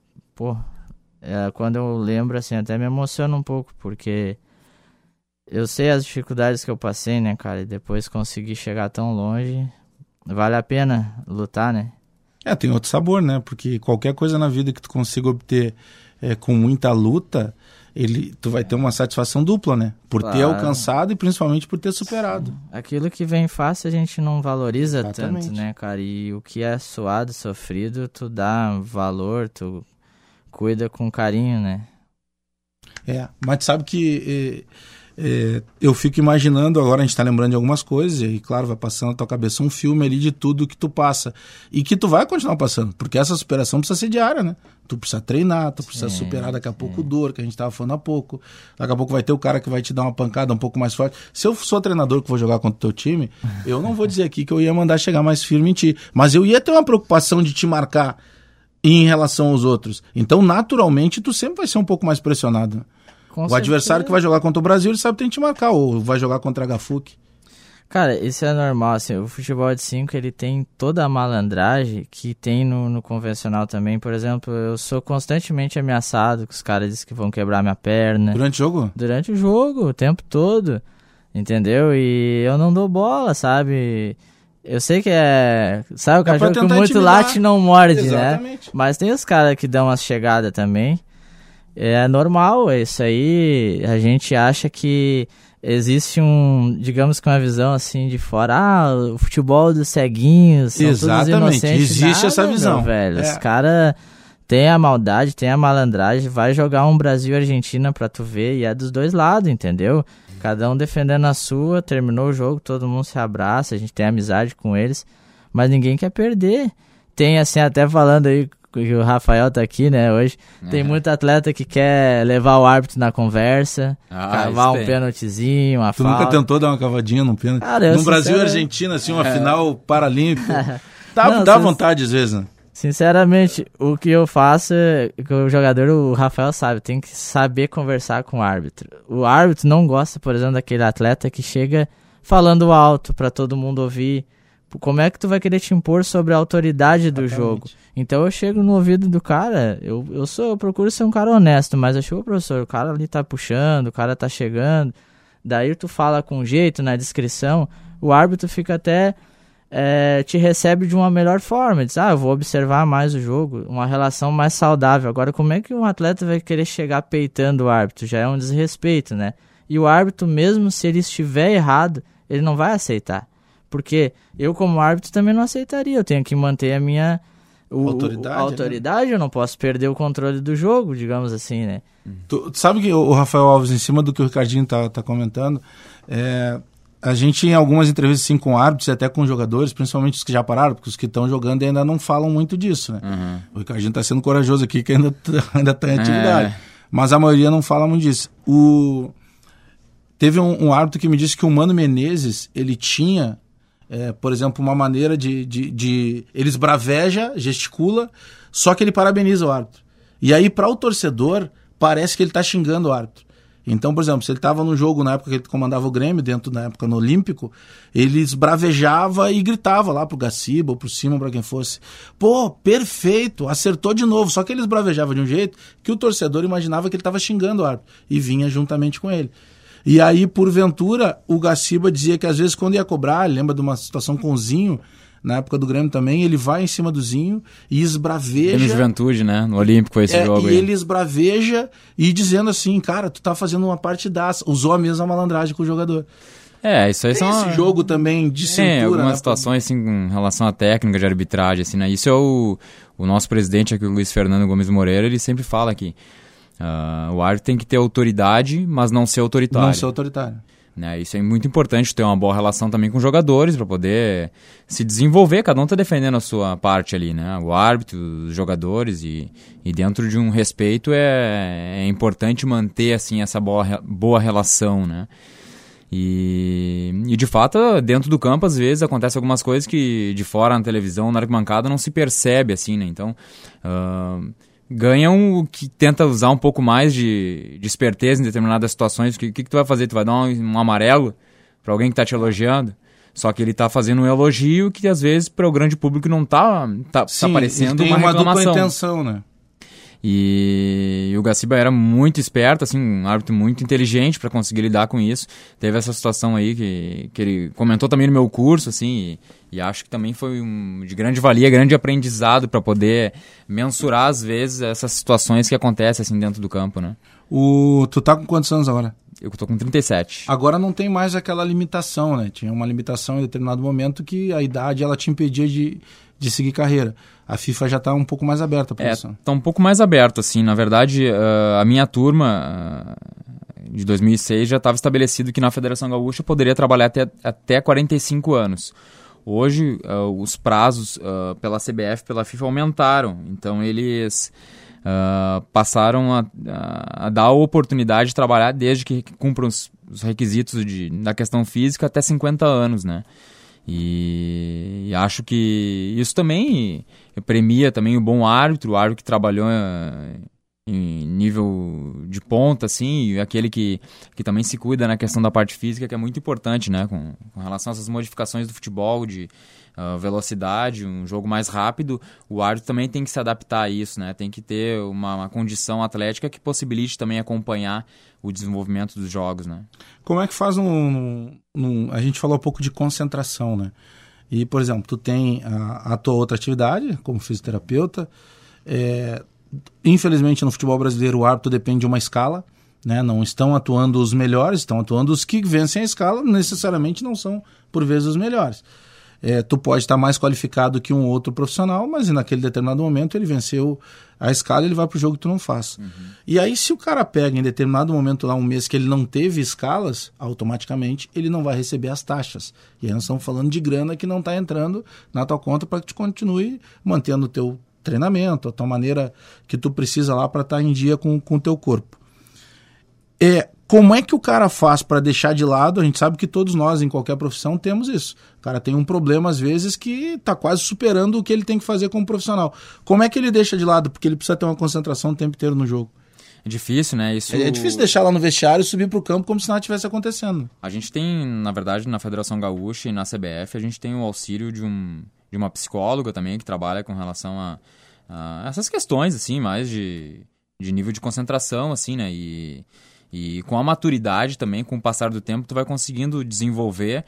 quando eu lembro, assim, até me emociona um pouco, porque eu sei as dificuldades que eu passei, né, cara, e depois conseguir chegar tão longe, vale a pena lutar, né? Tem outro sabor, né? Porque qualquer coisa na vida que tu consiga obter com muita luta, tu vai ter uma satisfação dupla, né? Por ter alcançado e principalmente por ter superado. Sim. Aquilo que vem fácil a gente não valoriza Exatamente. Tanto, né, cara? E o que é suado, sofrido, tu dá valor, tu cuida com carinho, né? Mas sabe que eu fico imaginando, agora a gente tá lembrando de algumas coisas, e claro, vai passando na tua cabeça um filme ali de tudo que tu passa, e que tu vai continuar passando, porque essa superação precisa ser diária, né? Tu precisa treinar, tu precisa superar daqui a pouco dor, que a gente tava falando há pouco, daqui a pouco vai ter o cara que vai te dar uma pancada um pouco mais forte. Se eu sou treinador que vou jogar contra o teu time, eu não vou dizer aqui que eu ia mandar chegar mais firme em ti, mas eu ia ter uma preocupação de te marcar em relação aos outros, então naturalmente tu sempre vai ser um pouco mais pressionado. O adversário que vai jogar contra o Brasil, ele sabe que tem que te marcar, ou vai jogar contra a Gafuc. Cara, isso é normal, assim, o futebol de 5, ele tem toda a malandragem que tem no convencional também. Por exemplo, eu sou constantemente ameaçado, que os caras dizem que vão quebrar minha perna. Durante o jogo? Durante o jogo, o tempo todo, entendeu? E eu não dou bola, sabe? Eu sei que sabe, o cachorro que muito late não morde, exatamente, né? Mas tem os caras que dão umas chegadas também. É normal, é isso aí. A gente acha que existe digamos que uma visão assim de fora, o futebol dos ceguinhos, são todos inocentes. Existe essa visão, velho. Os caras têm a maldade, têm a malandragem, vai jogar um Brasil e Argentina pra tu ver, e é dos dois lados, entendeu? Cada um defendendo a sua, terminou o jogo, todo mundo se abraça, a gente tem amizade com eles, mas ninguém quer perder. Tem assim, até falando aí, que o Rafael tá aqui, né, hoje. Tem muito atleta que quer levar o árbitro na conversa, cavar um pênaltizinho, uma falta. Tu nunca tentou dar uma cavadinha num pênalti? No Brasil e Argentina, assim, uma final paralímpica. Dá vontade às vezes, né? Sinceramente, o que eu faço é que o jogador, o Rafael sabe, tem que saber conversar com o árbitro. O árbitro não gosta, por exemplo, daquele atleta que chega falando alto pra todo mundo ouvir. Como é que tu vai querer te impor sobre a autoridade do jogo? Então eu chego no ouvido do cara, eu procuro ser um cara honesto, mas eu chego, professor, o cara ali tá puxando, o cara tá chegando, daí tu fala com jeito na descrição, o árbitro fica até, te recebe de uma melhor forma, diz, eu vou observar mais o jogo, uma relação mais saudável. Agora, como é que um atleta vai querer chegar peitando o árbitro? Já é um desrespeito, né? E o árbitro, mesmo se ele estiver errado, ele não vai aceitar. Porque eu, como árbitro, também não aceitaria. Eu tenho que manter a minha autoridade, né? Eu não posso perder o controle do jogo, digamos assim, né? Tu sabe que o Rafael Alves, em cima do que o Ricardinho tá comentando, a gente, em algumas entrevistas assim, com árbitros e até com jogadores, principalmente os que já pararam, porque os que estão jogando ainda não falam muito disso, né? O Ricardinho tá sendo corajoso aqui, que ainda tá em atividade. Mas a maioria não fala muito disso. Teve um árbitro que me disse que o Mano Menezes, ele tinha... por exemplo, uma maneira ele esbraveja, gesticula, só que ele parabeniza o árbitro. E aí, para o torcedor, parece que ele está xingando o árbitro. Então, por exemplo, se ele estava no jogo na época que ele comandava o Grêmio, dentro da época no Olímpico, ele esbravejava e gritava lá pro Gaciba ou pro Simon, para quem fosse. Pô, perfeito, acertou de novo. Só que ele esbravejava de um jeito que o torcedor imaginava que ele estava xingando o árbitro e vinha juntamente com ele. E aí, porventura, o Gaciba dizia que às vezes quando ia cobrar, lembra de uma situação com o Zinho, na época do Grêmio também, ele vai em cima do Zinho e esbraveja... No Juventude, né? No Olímpico foi esse jogo aí. E ele esbraveja e dizendo assim, cara, tu tá fazendo uma partidaça. Usou a mesma malandragem com o jogador. Isso aí tem esse jogo também de cintura, algumas né? situações assim, em relação à técnica de arbitragem, assim, né? Isso é o nosso presidente aqui, o Luiz Fernando Gomes Moreira, ele sempre fala aqui. O árbitro tem que ter autoridade, mas não ser autoritário. Não ser autoritário. né? Isso é muito importante, ter uma boa relação também com os jogadores para poder se desenvolver. Cada um está defendendo a sua parte ali, né? O árbitro, os jogadores, e dentro de um respeito é importante manter assim essa boa relação, né? E de fato, dentro do campo, às vezes acontecem algumas coisas que de fora na televisão, na arquibancada, não se percebe assim, né? Então ganham o que tenta usar um pouco mais de esperteza em determinadas situações. O que tu vai fazer? Tu vai dar um amarelo para alguém que tá te elogiando? Só que ele tá fazendo um elogio que às vezes para o grande público não tá parecendo uma reclamação. Uma dupla intenção, né? E o Gaciba era muito esperto, assim, um árbitro muito inteligente para conseguir lidar com isso. Teve essa situação aí que ele comentou também no meu curso, assim, e acho que também foi de grande valia, grande aprendizado para poder mensurar, às vezes, essas situações que acontecem assim dentro do campo, né? Tu tá com quantos anos agora? Eu tô com 37. Agora não tem mais aquela limitação, né? Tinha uma limitação em determinado momento que a idade ela te impedia de seguir carreira. A FIFA já está um pouco mais aberta para isso. Está um pouco mais aberta, assim. Na verdade, a minha turma de 2006 já estava estabelecido que na Federação Gaúcha poderia trabalhar até 45 anos. Hoje, os prazos pela CBF, pela FIFA aumentaram. Então, eles passaram a dar a oportunidade de trabalhar desde que cumpram os requisitos da questão física até 50 anos, né? E acho que isso também premia também o bom árbitro, o árbitro que trabalhou em nível de ponta, assim, e aquele que também se cuida na questão da parte física, que é muito importante, né, com relação a essas modificações do futebol, de velocidade, um jogo mais rápido. O árbitro também tem que se adaptar a isso, né, tem que ter uma condição atlética que possibilite também acompanhar o desenvolvimento dos jogos, né. Como é que faz a gente falou um pouco de concentração, né? E, por exemplo, tu tem a tua outra atividade como fisioterapeuta. Infelizmente, no futebol brasileiro, o árbitro depende de uma escala, né? Não estão atuando os melhores, estão atuando os que vencem a escala, necessariamente não são, por vezes, os melhores. Tu pode estar mais qualificado que um outro profissional, mas naquele determinado momento ele venceu a escala, ele vai para o jogo que tu não faz. Uhum. E aí, se o cara pega em determinado momento lá, um mês que ele não teve escalas, automaticamente ele não vai receber as taxas. E aí nós estamos falando de grana que não está entrando na tua conta para que tu continue mantendo o teu treinamento, a tua maneira que tu precisa lá para estar em dia com o teu corpo. Como é que o cara faz para deixar de lado? A gente sabe que todos nós, em qualquer profissão, temos isso. O cara tem um problema, às vezes, que está quase superando o que ele tem que fazer como profissional. Como é que ele deixa de lado? Porque ele precisa ter uma concentração o tempo inteiro no jogo. É difícil, né? Isso... É difícil deixar lá no vestiário e subir para o campo como se nada estivesse acontecendo. A gente tem, na verdade, na Federação Gaúcha e na CBF, a gente tem o auxílio de uma psicóloga também, que trabalha com relação a essas questões, assim, mais de nível de concentração, assim, né? E com a maturidade também, com o passar do tempo, tu vai conseguindo desenvolver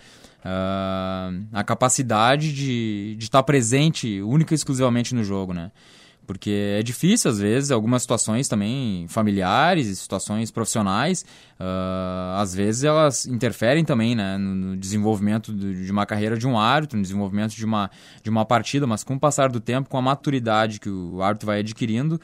a capacidade de estar presente única e exclusivamente no jogo, né? Porque é difícil, às vezes, algumas situações também familiares, situações profissionais, às vezes elas interferem também, né, no desenvolvimento de uma carreira de um árbitro, no desenvolvimento de uma partida, mas com o passar do tempo, com a maturidade que o árbitro vai adquirindo,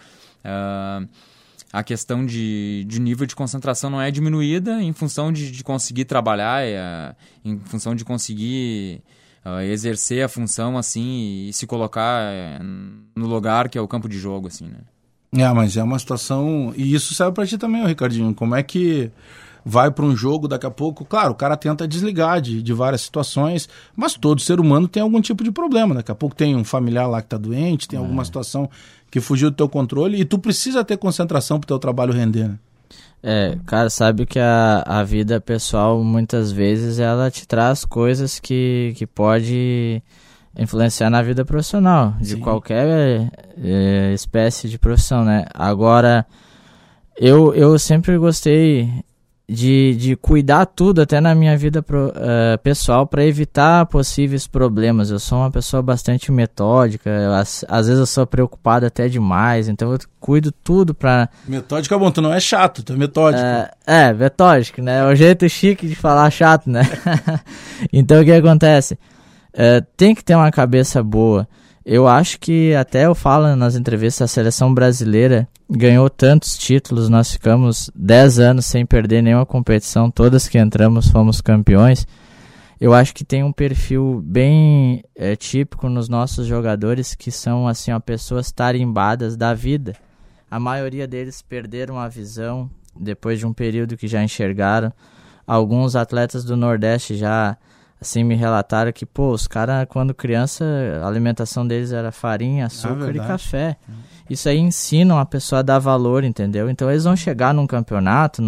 a questão de nível de concentração não é diminuída em função de conseguir trabalhar, em função de conseguir exercer a função assim e se colocar no lugar que é o campo de jogo, assim, né? Mas é uma situação... E isso serve pra ti também, Ricardinho. Como é que vai para um jogo daqui a pouco? Claro, o cara tenta desligar de várias situações, mas todo ser humano tem algum tipo de problema. Daqui a pouco tem um familiar lá que tá doente, tem alguma situação que fugiu do teu controle e tu precisa ter concentração pro teu trabalho render, né? Cara, sabe que a vida pessoal, muitas vezes, ela te traz coisas que pode influenciar na vida profissional, de qualquer espécie de profissão, né? Agora, eu sempre gostei de cuidar tudo, até na minha vida pessoal, para evitar possíveis problemas. Eu sou uma pessoa bastante metódica, às vezes eu sou preocupado até demais, então eu cuido tudo pra... Metódico é bom, tu não é chato, tu é metódico. Metódico, né? É o jeito chique de falar chato, né? Então o que acontece? Tem que ter uma cabeça boa. Eu acho que, até eu falo nas entrevistas, a seleção brasileira ganhou tantos títulos, nós ficamos 10 anos sem perder nenhuma competição, todas que entramos fomos campeões. Eu acho que tem um perfil bem típico nos nossos jogadores, que são assim, pessoas tarimbadas da vida. A maioria deles perderam a visão depois de um período que já enxergaram. Alguns atletas do Nordeste já assim me relataram que, os caras, quando criança, a alimentação deles era farinha, açúcar e café. Isso aí ensina a pessoa a dar valor, entendeu? Então eles vão chegar num campeonato,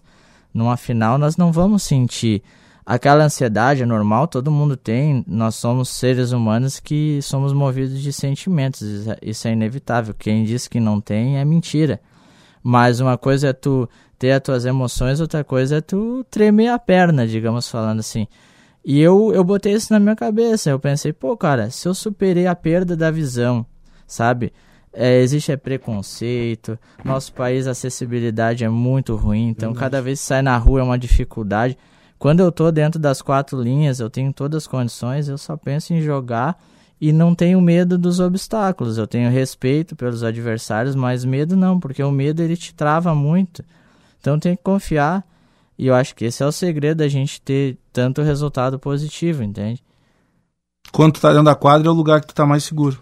numa final, nós não vamos sentir aquela ansiedade. É normal, todo mundo tem. Nós somos seres humanos que somos movidos de sentimentos, isso é inevitável. Quem diz que não tem é mentira. Mas uma coisa é tu ter as tuas emoções, outra coisa é tu tremer a perna, digamos, falando assim. E eu botei isso na minha cabeça. Eu pensei, cara, se eu superei a perda da visão, sabe? Existe preconceito. Nosso país, a acessibilidade é muito ruim. Então, cada vez que sai na rua é uma dificuldade. Quando eu tô dentro das 4 linhas, eu tenho todas as condições, eu só penso em jogar e não tenho medo dos obstáculos. Eu tenho respeito pelos adversários, mas medo não, porque o medo ele te trava muito. Então, tem que confiar. E eu acho que esse é o segredo da gente ter tanto resultado positivo, entende? Quando tu tá dentro da quadra é o lugar que tu tá mais seguro.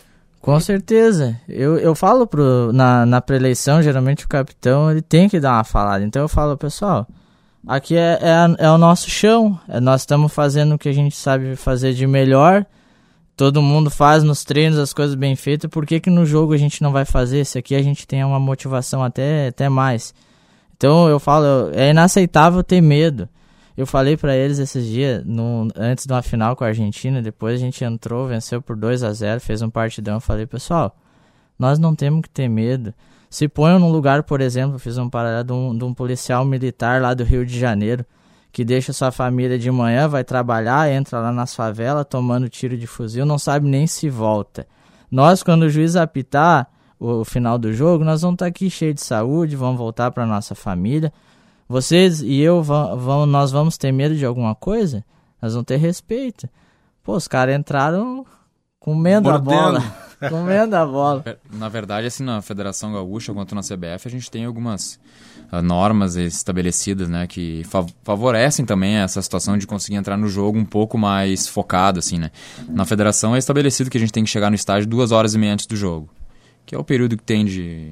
Com certeza. Eu falo na pré-eleição, geralmente o capitão ele tem que dar uma falada. Então eu falo, pessoal, aqui é o nosso chão, nós estamos fazendo o que a gente sabe fazer de melhor, todo mundo faz nos treinos as coisas bem feitas, por que no jogo a gente não vai fazer? Esse aqui a gente tem uma motivação até mais. Então eu falo, é inaceitável ter medo. Eu falei pra eles esses dias, antes de uma final com a Argentina, depois a gente entrou, venceu por 2-0, fez um partidão. Eu falei, pessoal, nós não temos que ter medo. Se ponham num lugar, por exemplo, eu fiz um paralelo de um policial militar lá do Rio de Janeiro, que deixa sua família de manhã, vai trabalhar, entra lá nas favelas, tomando tiro de fuzil, não sabe nem se volta. Nós, quando o juiz apitar o final do jogo, nós vamos estar aqui cheios de saúde, vamos voltar para nossa família. Vocês e eu, nós vamos ter medo de alguma coisa? Nós vamos ter respeito. Os caras entraram comendo a bola. Comendo a bola. Na verdade, assim, na Federação Gaúcha quanto na CBF, a gente tem algumas normas estabelecidas, né, que favorecem também essa situação de conseguir entrar no jogo um pouco mais focado, assim, né. Na Federação é estabelecido que a gente tem que chegar no estádio 2h30 antes do jogo, que é o período que tem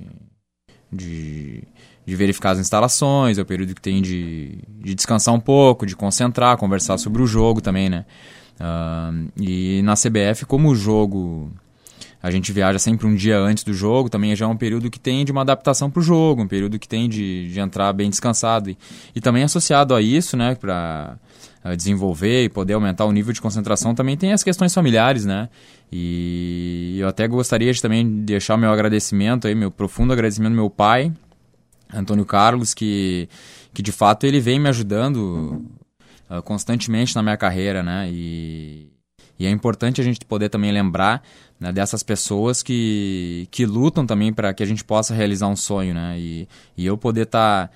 de verificar as instalações, é o período que tem de descansar um pouco, de concentrar, conversar sobre o jogo também, né. E na CBF, como o jogo, a gente viaja sempre um dia antes do jogo, também já é um período que tem de uma adaptação para o jogo, um período que tem de entrar bem descansado. E também associado a isso, né, para desenvolver e poder aumentar o nível de concentração, também tem as questões familiares, né. E eu até gostaria de também deixar meu agradecimento, meu profundo agradecimento ao meu pai, Antônio Carlos, que de fato ele vem me ajudando constantemente na minha carreira, né, e é importante a gente poder também lembrar, né, dessas pessoas que lutam também para que a gente possa realizar um sonho, né, e eu poder estar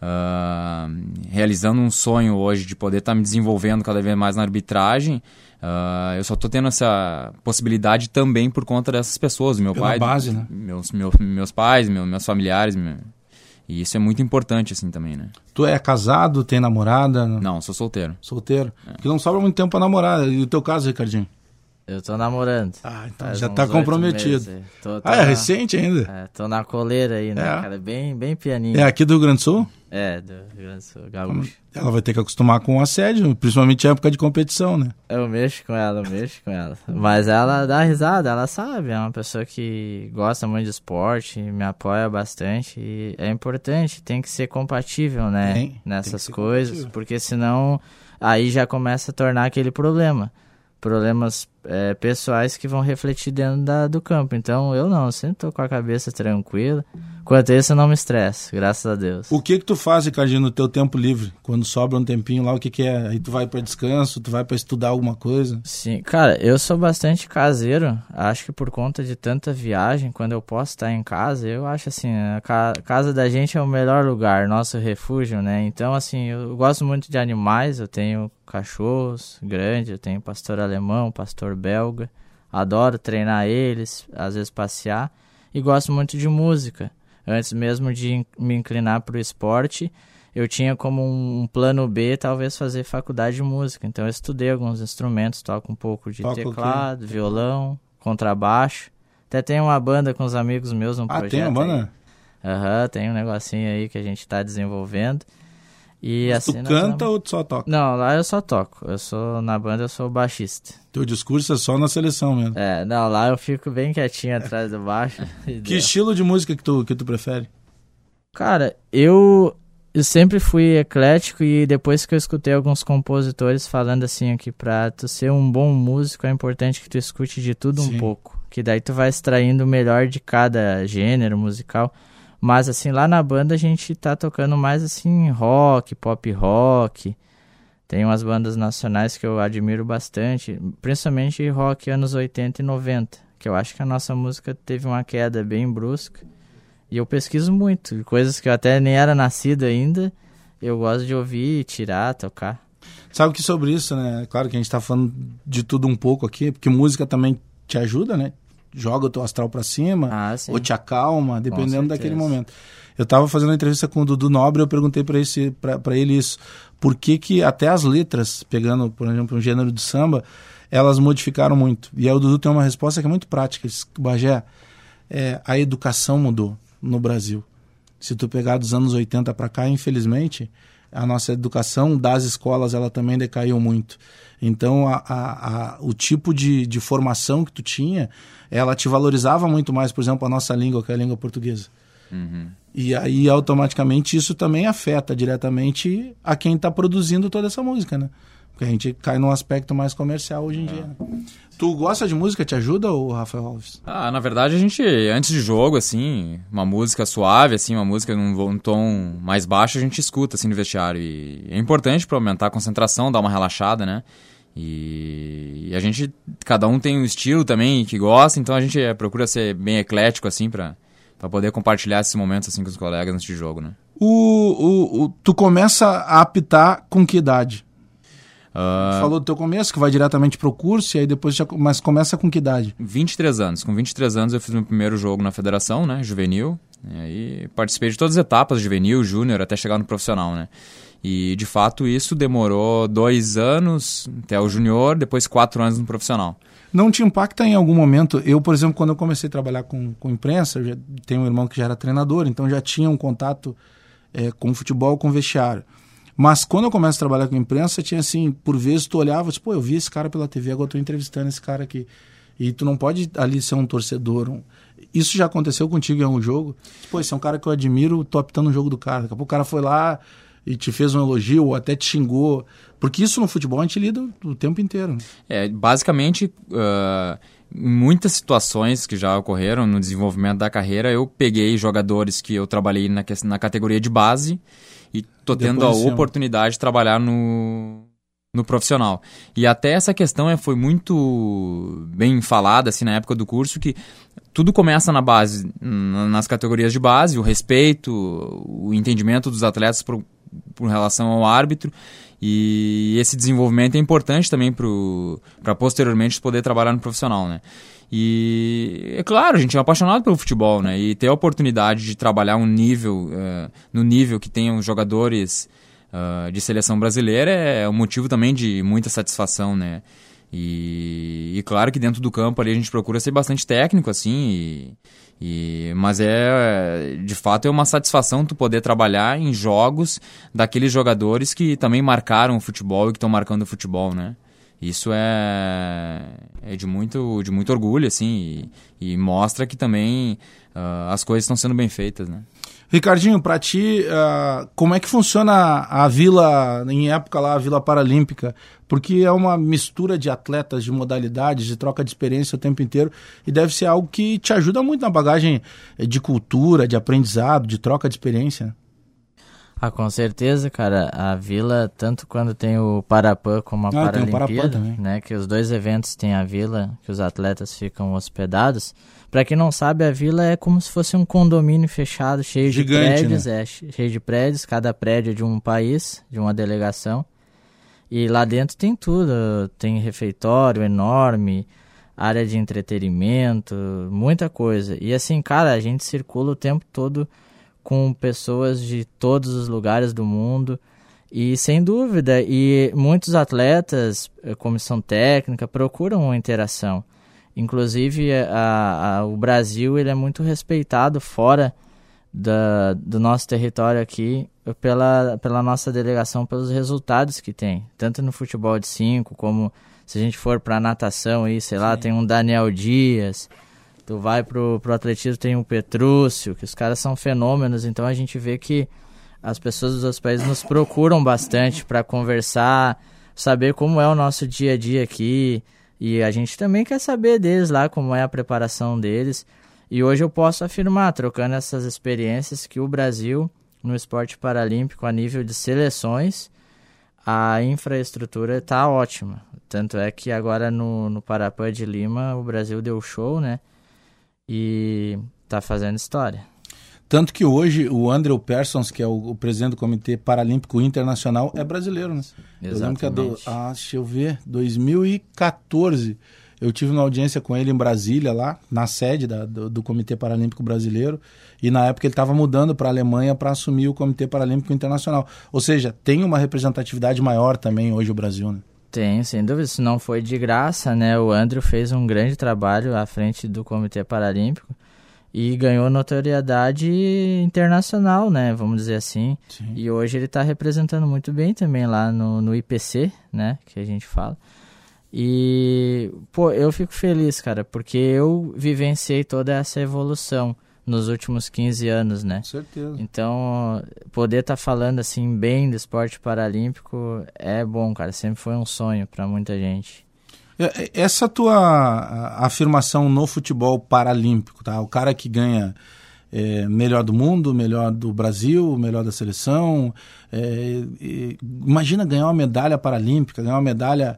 realizando um sonho hoje, de poder estar me desenvolvendo cada vez mais na arbitragem, eu só estou tendo essa possibilidade também por conta dessas pessoas, meu pai, base, né? meus pais, meus familiares, e isso é muito importante, assim, também, né? Tu é casado, tem namorada? Não, sou solteiro. Solteiro? Porque não sobra muito tempo pra namorar. E o teu caso, Ricardinho? Eu tô namorando. Então já tá comprometido. É recente ainda? Tô na coleira aí, né, cara? Bem pianinho. É aqui do Rio Grande do Sul? É, do Rio Grande do Sul, gaúcho. Ela vai ter que acostumar com o assédio, principalmente em época de competição, né? Eu mexo com ela. Mas ela dá risada, ela sabe. É uma pessoa que gosta muito de esporte, me apoia bastante. E é importante, tem que ser compatível, né? Nessas coisas, porque senão aí já começa a tornar aquele problema. Problemas pessoais que vão refletir dentro do campo. Então eu sempre tô com a cabeça tranquila. Quanto a isso eu não me estresso, graças a Deus. O que tu faz, Ricardinho, no teu tempo livre? Quando sobra um tempinho lá, o que é? Aí tu vai para descanso, tu vai para estudar alguma coisa? Sim, cara, eu sou bastante caseiro. Acho que por conta de tanta viagem, quando eu posso estar em casa, eu acho assim, a casa da gente é o melhor lugar, nosso refúgio, né? Então, assim, eu gosto muito de animais, eu tenho cachorros grandes, eu tenho pastor alemão, pastor belga, adoro treinar eles, às vezes passear, e gosto muito de música. Antes mesmo de me inclinar para o esporte, eu tinha como um plano B, talvez fazer faculdade de música. Então eu estudei alguns instrumentos, toco um pouco de teclado, violão, contrabaixo. Até tenho uma banda com os amigos meus, um projeto. Ah, tem uma banda? Tem um negocinho aí que a gente tá desenvolvendo. E mas assim, tu canta ou tu só toca? Não, lá eu só toco. Na banda eu sou baixista. Teu discurso é só na seleção mesmo. Não, lá eu fico bem quietinho atrás do baixo. Que estilo de música que tu prefere? Cara, eu sempre fui eclético, e depois que eu escutei alguns compositores falando assim que pra tu ser um bom músico é importante que tu escute de tudo um pouco. Que daí tu vai extraindo o melhor de cada gênero musical. Mas assim, lá na banda a gente tá tocando mais assim rock, pop rock. Tem umas bandas nacionais que eu admiro bastante, principalmente rock anos 80 e 90, que eu acho que a nossa música teve uma queda bem brusca. E eu pesquiso muito, coisas que eu até nem era nascido ainda, eu gosto de ouvir, tirar, tocar. Sabe que sobre isso, né? Claro que a gente tá falando de tudo um pouco aqui, porque música também te ajuda, né? Joga o teu astral pra cima, ou te acalma, dependendo daquele momento. Eu tava fazendo uma entrevista com o Dudu Nobre, eu perguntei pra ele isso, por que até as letras, pegando, por exemplo, um gênero de samba, elas modificaram muito. E aí o Dudu tem uma resposta que é muito prática. Ele disse, Bagé, a educação mudou no Brasil. Se tu pegar dos anos 80 pra cá, infelizmente, a nossa educação das escolas, ela também decaiu muito. Então, o tipo de formação que tu tinha, ela te valorizava muito mais, por exemplo, a nossa língua, que é a língua portuguesa. Uhum. E aí, automaticamente, isso também afeta diretamente a quem está produzindo toda essa música, né? Porque a gente cai num aspecto mais comercial hoje em dia. Né? Tu gosta de música? Te ajuda, ou Rafael Alves? Na verdade, a gente, antes de jogo, assim, uma música suave, assim, uma música num tom mais baixo, a gente escuta, assim, no vestiário. E é importante para aumentar a concentração, dar uma relaxada, né? E a gente, cada um tem um estilo também que gosta, então a gente procura ser bem eclético, assim, pra poder compartilhar esses momentos, assim, com os colegas antes de jogo, né? Tu começa a apitar com que idade? Tu falou do teu começo, que vai diretamente pro curso, e aí depois mas começa com que idade? 23 anos. Com 23 anos eu fiz meu primeiro jogo na federação, né, juvenil, e aí participei de todas as etapas, juvenil, júnior, até chegar no profissional, né. E, de fato, isso demorou 2 anos até o junior, depois 4 anos no profissional. Não te impacta em algum momento? Eu, por exemplo, quando eu comecei a trabalhar com imprensa, eu já tenho um irmão que já era treinador, então já tinha um contato com futebol, com vestiário. Mas quando eu começo a trabalhar com imprensa, tinha assim, por vezes tu olhava, tipo, eu vi esse cara pela TV, agora eu tô entrevistando esse cara aqui. E tu não pode ali ser um torcedor. Isso já aconteceu contigo em algum jogo? Pô, esse é um cara que eu admiro, tô apitando o jogo do cara. Daqui a pouco o cara foi lá e te fez um elogio ou até te xingou. Porque isso no futebol a gente lida o tempo inteiro. Basicamente, em muitas situações que já ocorreram no desenvolvimento da carreira, eu peguei jogadores que eu trabalhei na categoria de base e tô tendo a oportunidade de trabalhar no profissional. E até essa questão foi muito bem falada assim, na época do curso, que tudo começa na base, nas categorias de base, o respeito, o entendimento dos atletas por relação ao árbitro, e esse desenvolvimento é importante também para posteriormente poder trabalhar no profissional, né? E é claro, a gente é apaixonado pelo futebol, né? E ter a oportunidade de trabalhar no nível que tem os jogadores de seleção brasileira é um motivo também de muita satisfação, né? E claro que dentro do campo ali a gente procura ser bastante técnico, assim, mas de fato é uma satisfação tu poder trabalhar em jogos daqueles jogadores que também marcaram o futebol e que estão marcando o futebol, né? Isso é de muito orgulho, assim, e mostra que também as coisas estão sendo bem feitas, né? Ricardinho, para ti, como é que funciona a Vila, em época lá, a Vila Paralímpica? Porque é uma mistura de atletas, de modalidades, de troca de experiência o tempo inteiro, e deve ser algo que te ajuda muito na bagagem de cultura, de aprendizado, de troca de experiência. Com certeza, cara. A Vila, tanto quando tem o Parapan como a Paralimpíada, né, que os dois eventos tem a Vila, que os atletas ficam hospedados. Pra quem não sabe, a Vila é como se fosse um condomínio fechado, cheio de prédios, né? Cheio de prédios, cada prédio é de um país, de uma delegação. E lá dentro tem tudo, tem refeitório enorme, área de entretenimento, muita coisa. E assim, cara, a gente circula o tempo todo com pessoas de todos os lugares do mundo e, sem dúvida, e muitos atletas, comissão técnica, procuram uma interação. Inclusive, o Brasil ele é muito respeitado fora do nosso território aqui pela nossa delegação, pelos resultados que tem, tanto no futebol de 5, como se a gente for para natação, aí, sei lá, tem um Daniel Dias, tu vai pro atletismo, tem um Petrúcio, que os caras são fenômenos. Então a gente vê que as pessoas dos outros países nos procuram bastante para conversar, saber como é o nosso dia a dia aqui, e a gente também quer saber deles lá, como é a preparação deles. E hoje eu posso afirmar, trocando essas experiências, que o Brasil, no esporte paralímpico, a nível de seleções, a infraestrutura está ótima. Tanto é que agora no Parapan de Lima, o Brasil deu show, né? E está fazendo história. Tanto que hoje o Andrew Persons, que é o presidente do Comitê Paralímpico Internacional, é brasileiro, né? Exatamente. Eu lembro que deixa eu ver, 2014, eu tive uma audiência com ele em Brasília, lá, na sede do Comitê Paralímpico Brasileiro, e na época ele estava mudando para a Alemanha para assumir o Comitê Paralímpico Internacional. Ou seja, tem uma representatividade maior também hoje o Brasil, né? Tem, sem dúvida. Isso não foi de graça, né? O Andrew fez um grande trabalho à frente do Comitê Paralímpico e ganhou notoriedade internacional, né? Vamos dizer assim. Sim. E hoje ele está representando muito bem também lá no IPC, né? Que a gente fala. E, pô, eu fico feliz, cara, porque eu vivenciei toda essa evolução nos últimos 15 anos, né? Com certeza. Então, poder estar falando assim bem do esporte paralímpico é bom, cara. Sempre foi um sonho para muita gente. Essa tua afirmação no futebol paralímpico, tá? O cara que ganha melhor do mundo, melhor do Brasil, melhor da seleção, imagina ganhar uma medalha paralímpica, ganhar uma medalha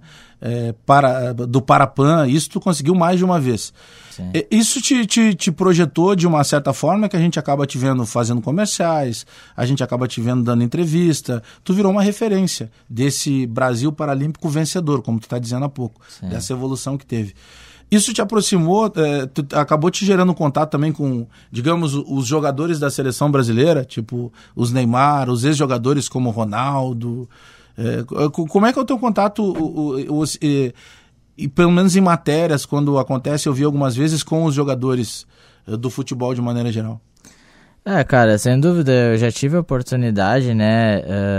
do Parapan, isso tu conseguiu mais de uma vez. Sim. Isso te projetou de uma certa forma, que a gente acaba te vendo fazendo comerciais, a gente acaba te vendo dando entrevista, tu virou uma referência desse Brasil paralímpico vencedor, como tu está dizendo há pouco, Sim. dessa evolução que teve. Isso te aproximou, acabou te gerando contato também com, digamos, os jogadores da seleção brasileira, tipo os Neymar, os ex-jogadores como o Ronaldo. Como é que é o teu contato, e pelo menos em matérias, quando acontece, eu vi algumas vezes com os jogadores do futebol de maneira geral? Cara, sem dúvida, eu já tive a oportunidade, né,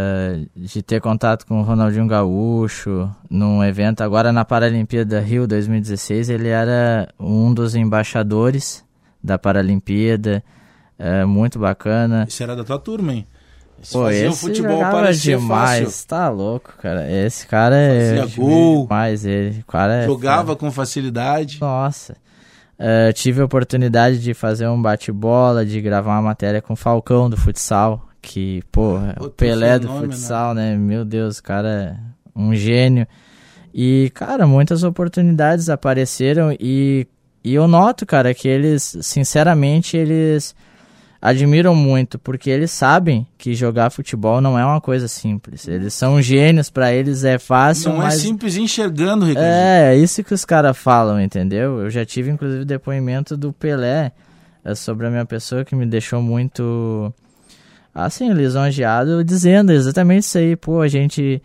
de ter contato com o Ronaldinho Gaúcho num evento agora na Paralimpíada Rio 2016. Ele era um dos embaixadores da Paralimpíada, muito bacana. Isso era da tua turma, hein? Pô, esse o futebol parecia demais, fácil. Tá louco, cara. Esse cara fazia gol, demais, ele. O cara jogava com facilidade. Nossa. Tive a oportunidade de fazer um bate-bola, de gravar uma matéria com o Falcão do futsal, que, pô, o Pelé do futsal, né? Meu Deus, o cara é um gênio. E, cara, muitas oportunidades apareceram e eu noto, cara, que eles, sinceramente, eles admiram muito, porque eles sabem que jogar futebol não é uma coisa simples. Eles são gênios, pra eles é fácil, não mas... é simples enxergando, Ricardo. É isso que os caras falam, entendeu? Eu já tive, inclusive, depoimento do Pelé sobre a minha pessoa, que me deixou muito, assim, lisonjeado, dizendo exatamente isso aí. Pô, a gente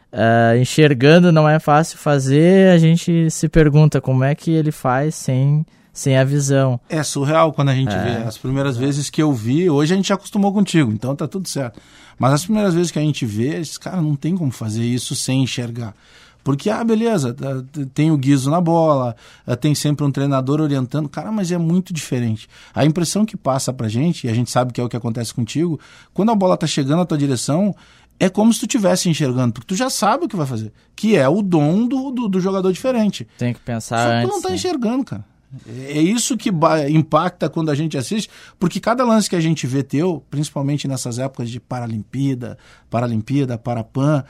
enxergando não é fácil fazer, a gente se pergunta como é que ele faz sem a visão. É surreal quando a gente vê. As primeiras vezes que eu vi, hoje a gente já acostumou contigo, então tá tudo certo. Mas as primeiras vezes que a gente vê, esses caras não tem como fazer isso sem enxergar. Porque, beleza, tem o guiso na bola, tem sempre um treinador orientando, cara, mas é muito diferente. A impressão que passa pra gente, e a gente sabe que é o que acontece contigo, quando a bola tá chegando na tua direção, é como se tu estivesse enxergando, porque tu já sabe o que vai fazer, que é o dom do jogador diferente. Tem que pensar Só que antes. tu não tá enxergando, cara. É isso que impacta quando a gente assiste, porque cada lance que a gente vê teu, principalmente nessas épocas de Paralimpíada, Parapan,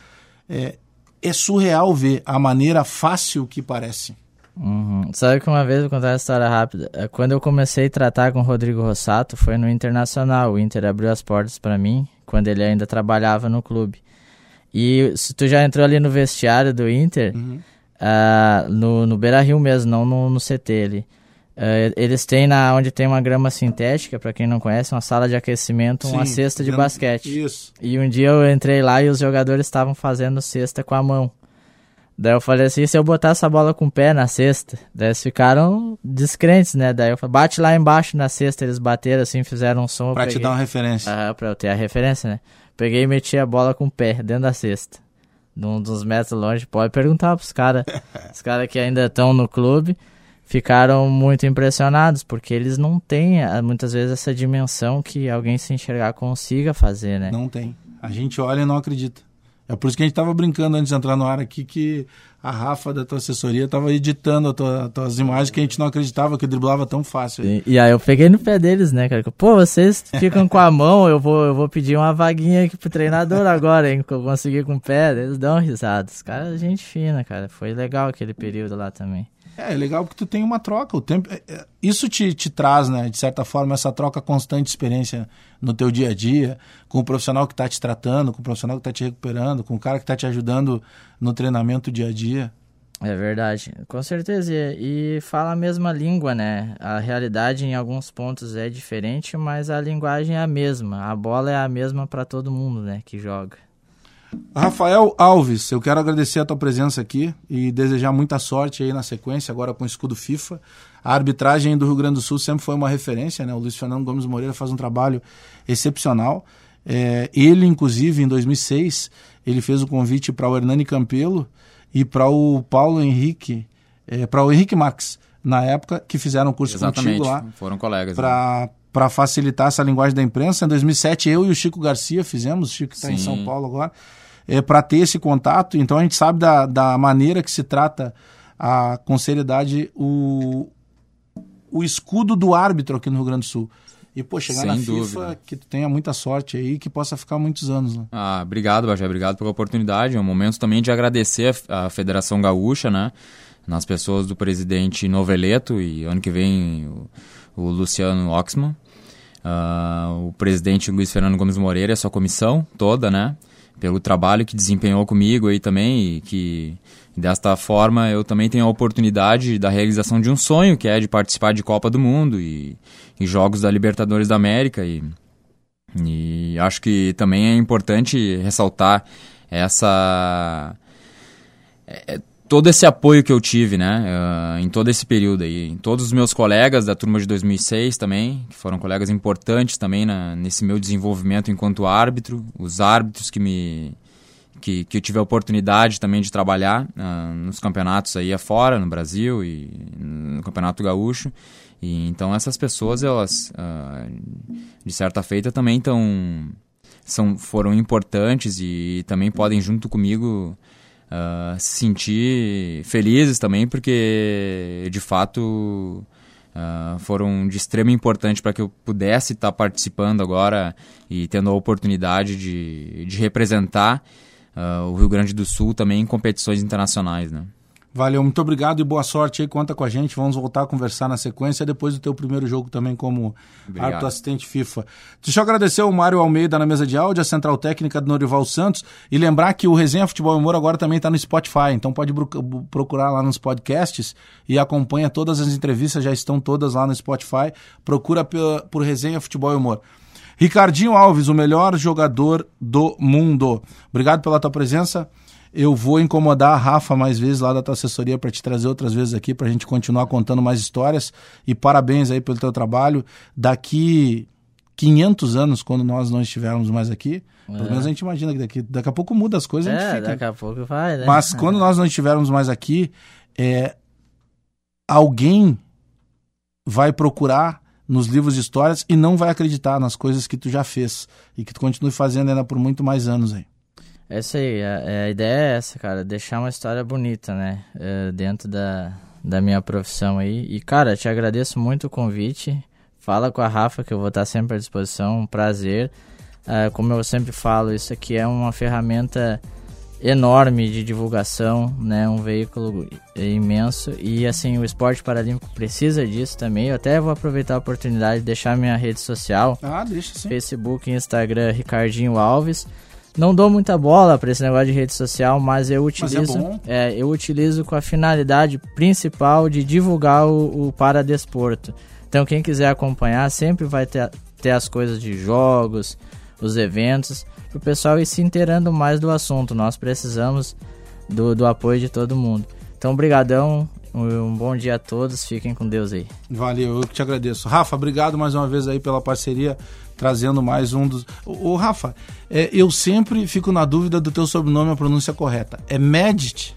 é surreal ver a maneira fácil que parece. Uhum. Sabe que uma vez, vou contar uma história rápida, quando eu comecei a tratar com o Rodrigo Rossato, foi no Internacional. O Inter abriu as portas para mim, quando ele ainda trabalhava no clube. E se tu já entrou ali no vestiário do Inter... no Beira-Rio mesmo, não no CT ali. Eles têm onde tem uma grama sintética, pra quem não conhece, uma sala de aquecimento, uma cesta de basquete. Isso. E um dia eu entrei lá e os jogadores estavam fazendo cesta com a mão. Daí eu falei assim, se eu botar essa bola com o pé na cesta? Daí eles ficaram descrentes, né? Daí eu falei, bate lá embaixo na cesta. Eles bateram assim, fizeram um som. Pra te dar uma referência. Pra eu ter a referência, né? Peguei e meti a bola com o pé dentro da cesta. Uns metros longe. Pode perguntar pros caras. Os caras que ainda estão no clube ficaram muito impressionados, porque eles não têm, muitas vezes, essa dimensão que alguém se enxergar consiga fazer, né? Não tem. A gente olha e não acredita. É por isso que a gente tava brincando antes de entrar no ar aqui, que a Rafa da tua assessoria tava editando as tuas imagens, que a gente não acreditava que driblava tão fácil. E aí eu peguei no pé deles, né, cara? Pô, vocês ficam com a mão, eu vou pedir uma vaguinha aqui pro treinador agora, hein, que eu consegui com o pé. Eles dão risada. Os caras, gente fina, cara. Foi legal aquele período lá também. É legal porque tu tem uma troca, o tempo, isso te traz, né, de certa forma, essa troca constante de experiência no teu dia a dia, com o profissional que está te tratando, com o profissional que está te recuperando, com o cara que está te ajudando no treinamento dia a dia. É verdade, com certeza, e fala a mesma língua, né, a realidade em alguns pontos é diferente, mas a linguagem é a mesma, a bola é a mesma para todo mundo, né, que joga. Rafael Alves, eu quero agradecer a tua presença aqui e desejar muita sorte aí na sequência, agora com o escudo FIFA. A arbitragem do Rio Grande do Sul sempre foi uma referência, né? O Luiz Fernando Gomes Moreira faz um trabalho excepcional. Ele, inclusive, em 2006, ele fez o convite para o Hernani Campelo e para o Paulo Henrique, para o Henrique Marques, na época, que fizeram o curso contigo lá. Foram colegas. Para facilitar essa linguagem da imprensa. Em 2007, eu e o Chico Garcia fizemos, o Chico está em São Paulo agora, para ter esse contato. Então a gente sabe da maneira que se trata com seriedade o escudo do árbitro aqui no Rio Grande do Sul. E, chegar Sem na dúvida. FIFA, que tu tenha muita sorte aí, que possa ficar muitos anos. Né? Obrigado, Bagé, obrigado pela oportunidade. É um momento também de agradecer a Federação Gaúcha, né? Nas pessoas do presidente Noveleto e ano que vem o Luciano Oxman, o presidente Luiz Fernando Gomes Moreira e a sua comissão toda, né? Pelo trabalho que desempenhou comigo aí também, e que desta forma eu também tenho a oportunidade da realização de um sonho, que é de participar de Copa do Mundo e Jogos da Libertadores da América, e acho que também é importante ressaltar todo esse apoio que eu tive, né, em todo esse período aí, em todos os meus colegas da turma de 2006 também, que foram colegas importantes também nesse meu desenvolvimento enquanto árbitro, os árbitros que eu tive a oportunidade também de trabalhar nos campeonatos aí afora, no Brasil e no Campeonato Gaúcho. E então essas pessoas, elas, de certa feita, também foram importantes e também podem, junto comigo, se sentir felizes também, porque de fato foram de extrema importância para que eu pudesse estar participando agora e tendo a oportunidade de representar o Rio Grande do Sul também em competições internacionais, né? Valeu, muito obrigado e boa sorte aí, conta com a gente, vamos voltar a conversar na sequência depois do teu primeiro jogo também como árbitro assistente FIFA. Deixa eu agradecer ao Mário Almeida na mesa de áudio, a central técnica do Norival Santos, e lembrar que o Resenha Futebol e Humor agora também está no Spotify, então pode procurar lá nos podcasts e acompanha todas as entrevistas, já estão todas lá no Spotify, procura por Resenha Futebol e Humor. Ricardinho Alves, o melhor jogador do mundo. Obrigado pela tua presença. Eu vou incomodar a Rafa mais vezes lá da tua assessoria para te trazer outras vezes aqui, para a gente continuar contando mais histórias. E parabéns aí pelo teu trabalho. Daqui 500 anos, quando nós não estivermos mais aqui, pelo menos a gente imagina que daqui a pouco muda as coisas, a gente fica. Daqui a pouco vai, né? Mas quando nós não estivermos mais aqui, alguém vai procurar nos livros de histórias e não vai acreditar nas coisas que tu já fez e que tu continue fazendo ainda por muito mais anos aí. É isso aí, a ideia é essa, cara, deixar uma história bonita, né, dentro da minha profissão aí. E, cara, te agradeço muito o convite, fala com a Rafa que eu vou estar sempre à disposição, um prazer. Como eu sempre falo, isso aqui é uma ferramenta enorme de divulgação, né, um veículo imenso, e assim, o esporte paralímpico precisa disso também. Eu até vou aproveitar a oportunidade de deixar minha rede social, deixa sim. Facebook e Instagram, Ricardinho Alves. Não dou muita bola para esse negócio de rede social, mas eu utilizo, bom. Eu utilizo com a finalidade principal de divulgar o paradesporto. Então quem quiser acompanhar sempre vai ter as coisas de jogos, os eventos, para o pessoal ir se inteirando mais do assunto. Nós precisamos do apoio de todo mundo. Então, brigadão, um bom dia a todos, fiquem com Deus aí. Valeu, eu que te agradeço. Rafa, obrigado mais uma vez aí pela parceria, trazendo mais um dos... Ô Rafa, eu sempre fico na dúvida do teu sobrenome, a pronúncia correta. É Medit?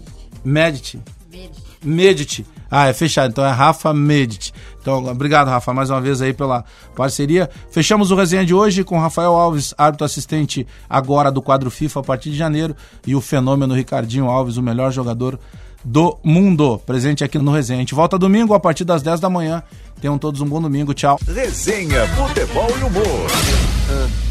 Medit. Ah, é fechado, então é Rafa Medit. Então, obrigado, Rafa, mais uma vez aí pela parceria. Fechamos o resenha de hoje com Rafael Alves, árbitro assistente agora do quadro FIFA a partir de janeiro, e o fenômeno Ricardinho Alves, o melhor jogador do mundo, presente aqui no resenha. A gente volta domingo a partir das 10 da manhã. Tenham todos um bom domingo, tchau. Resenha, futebol e humor.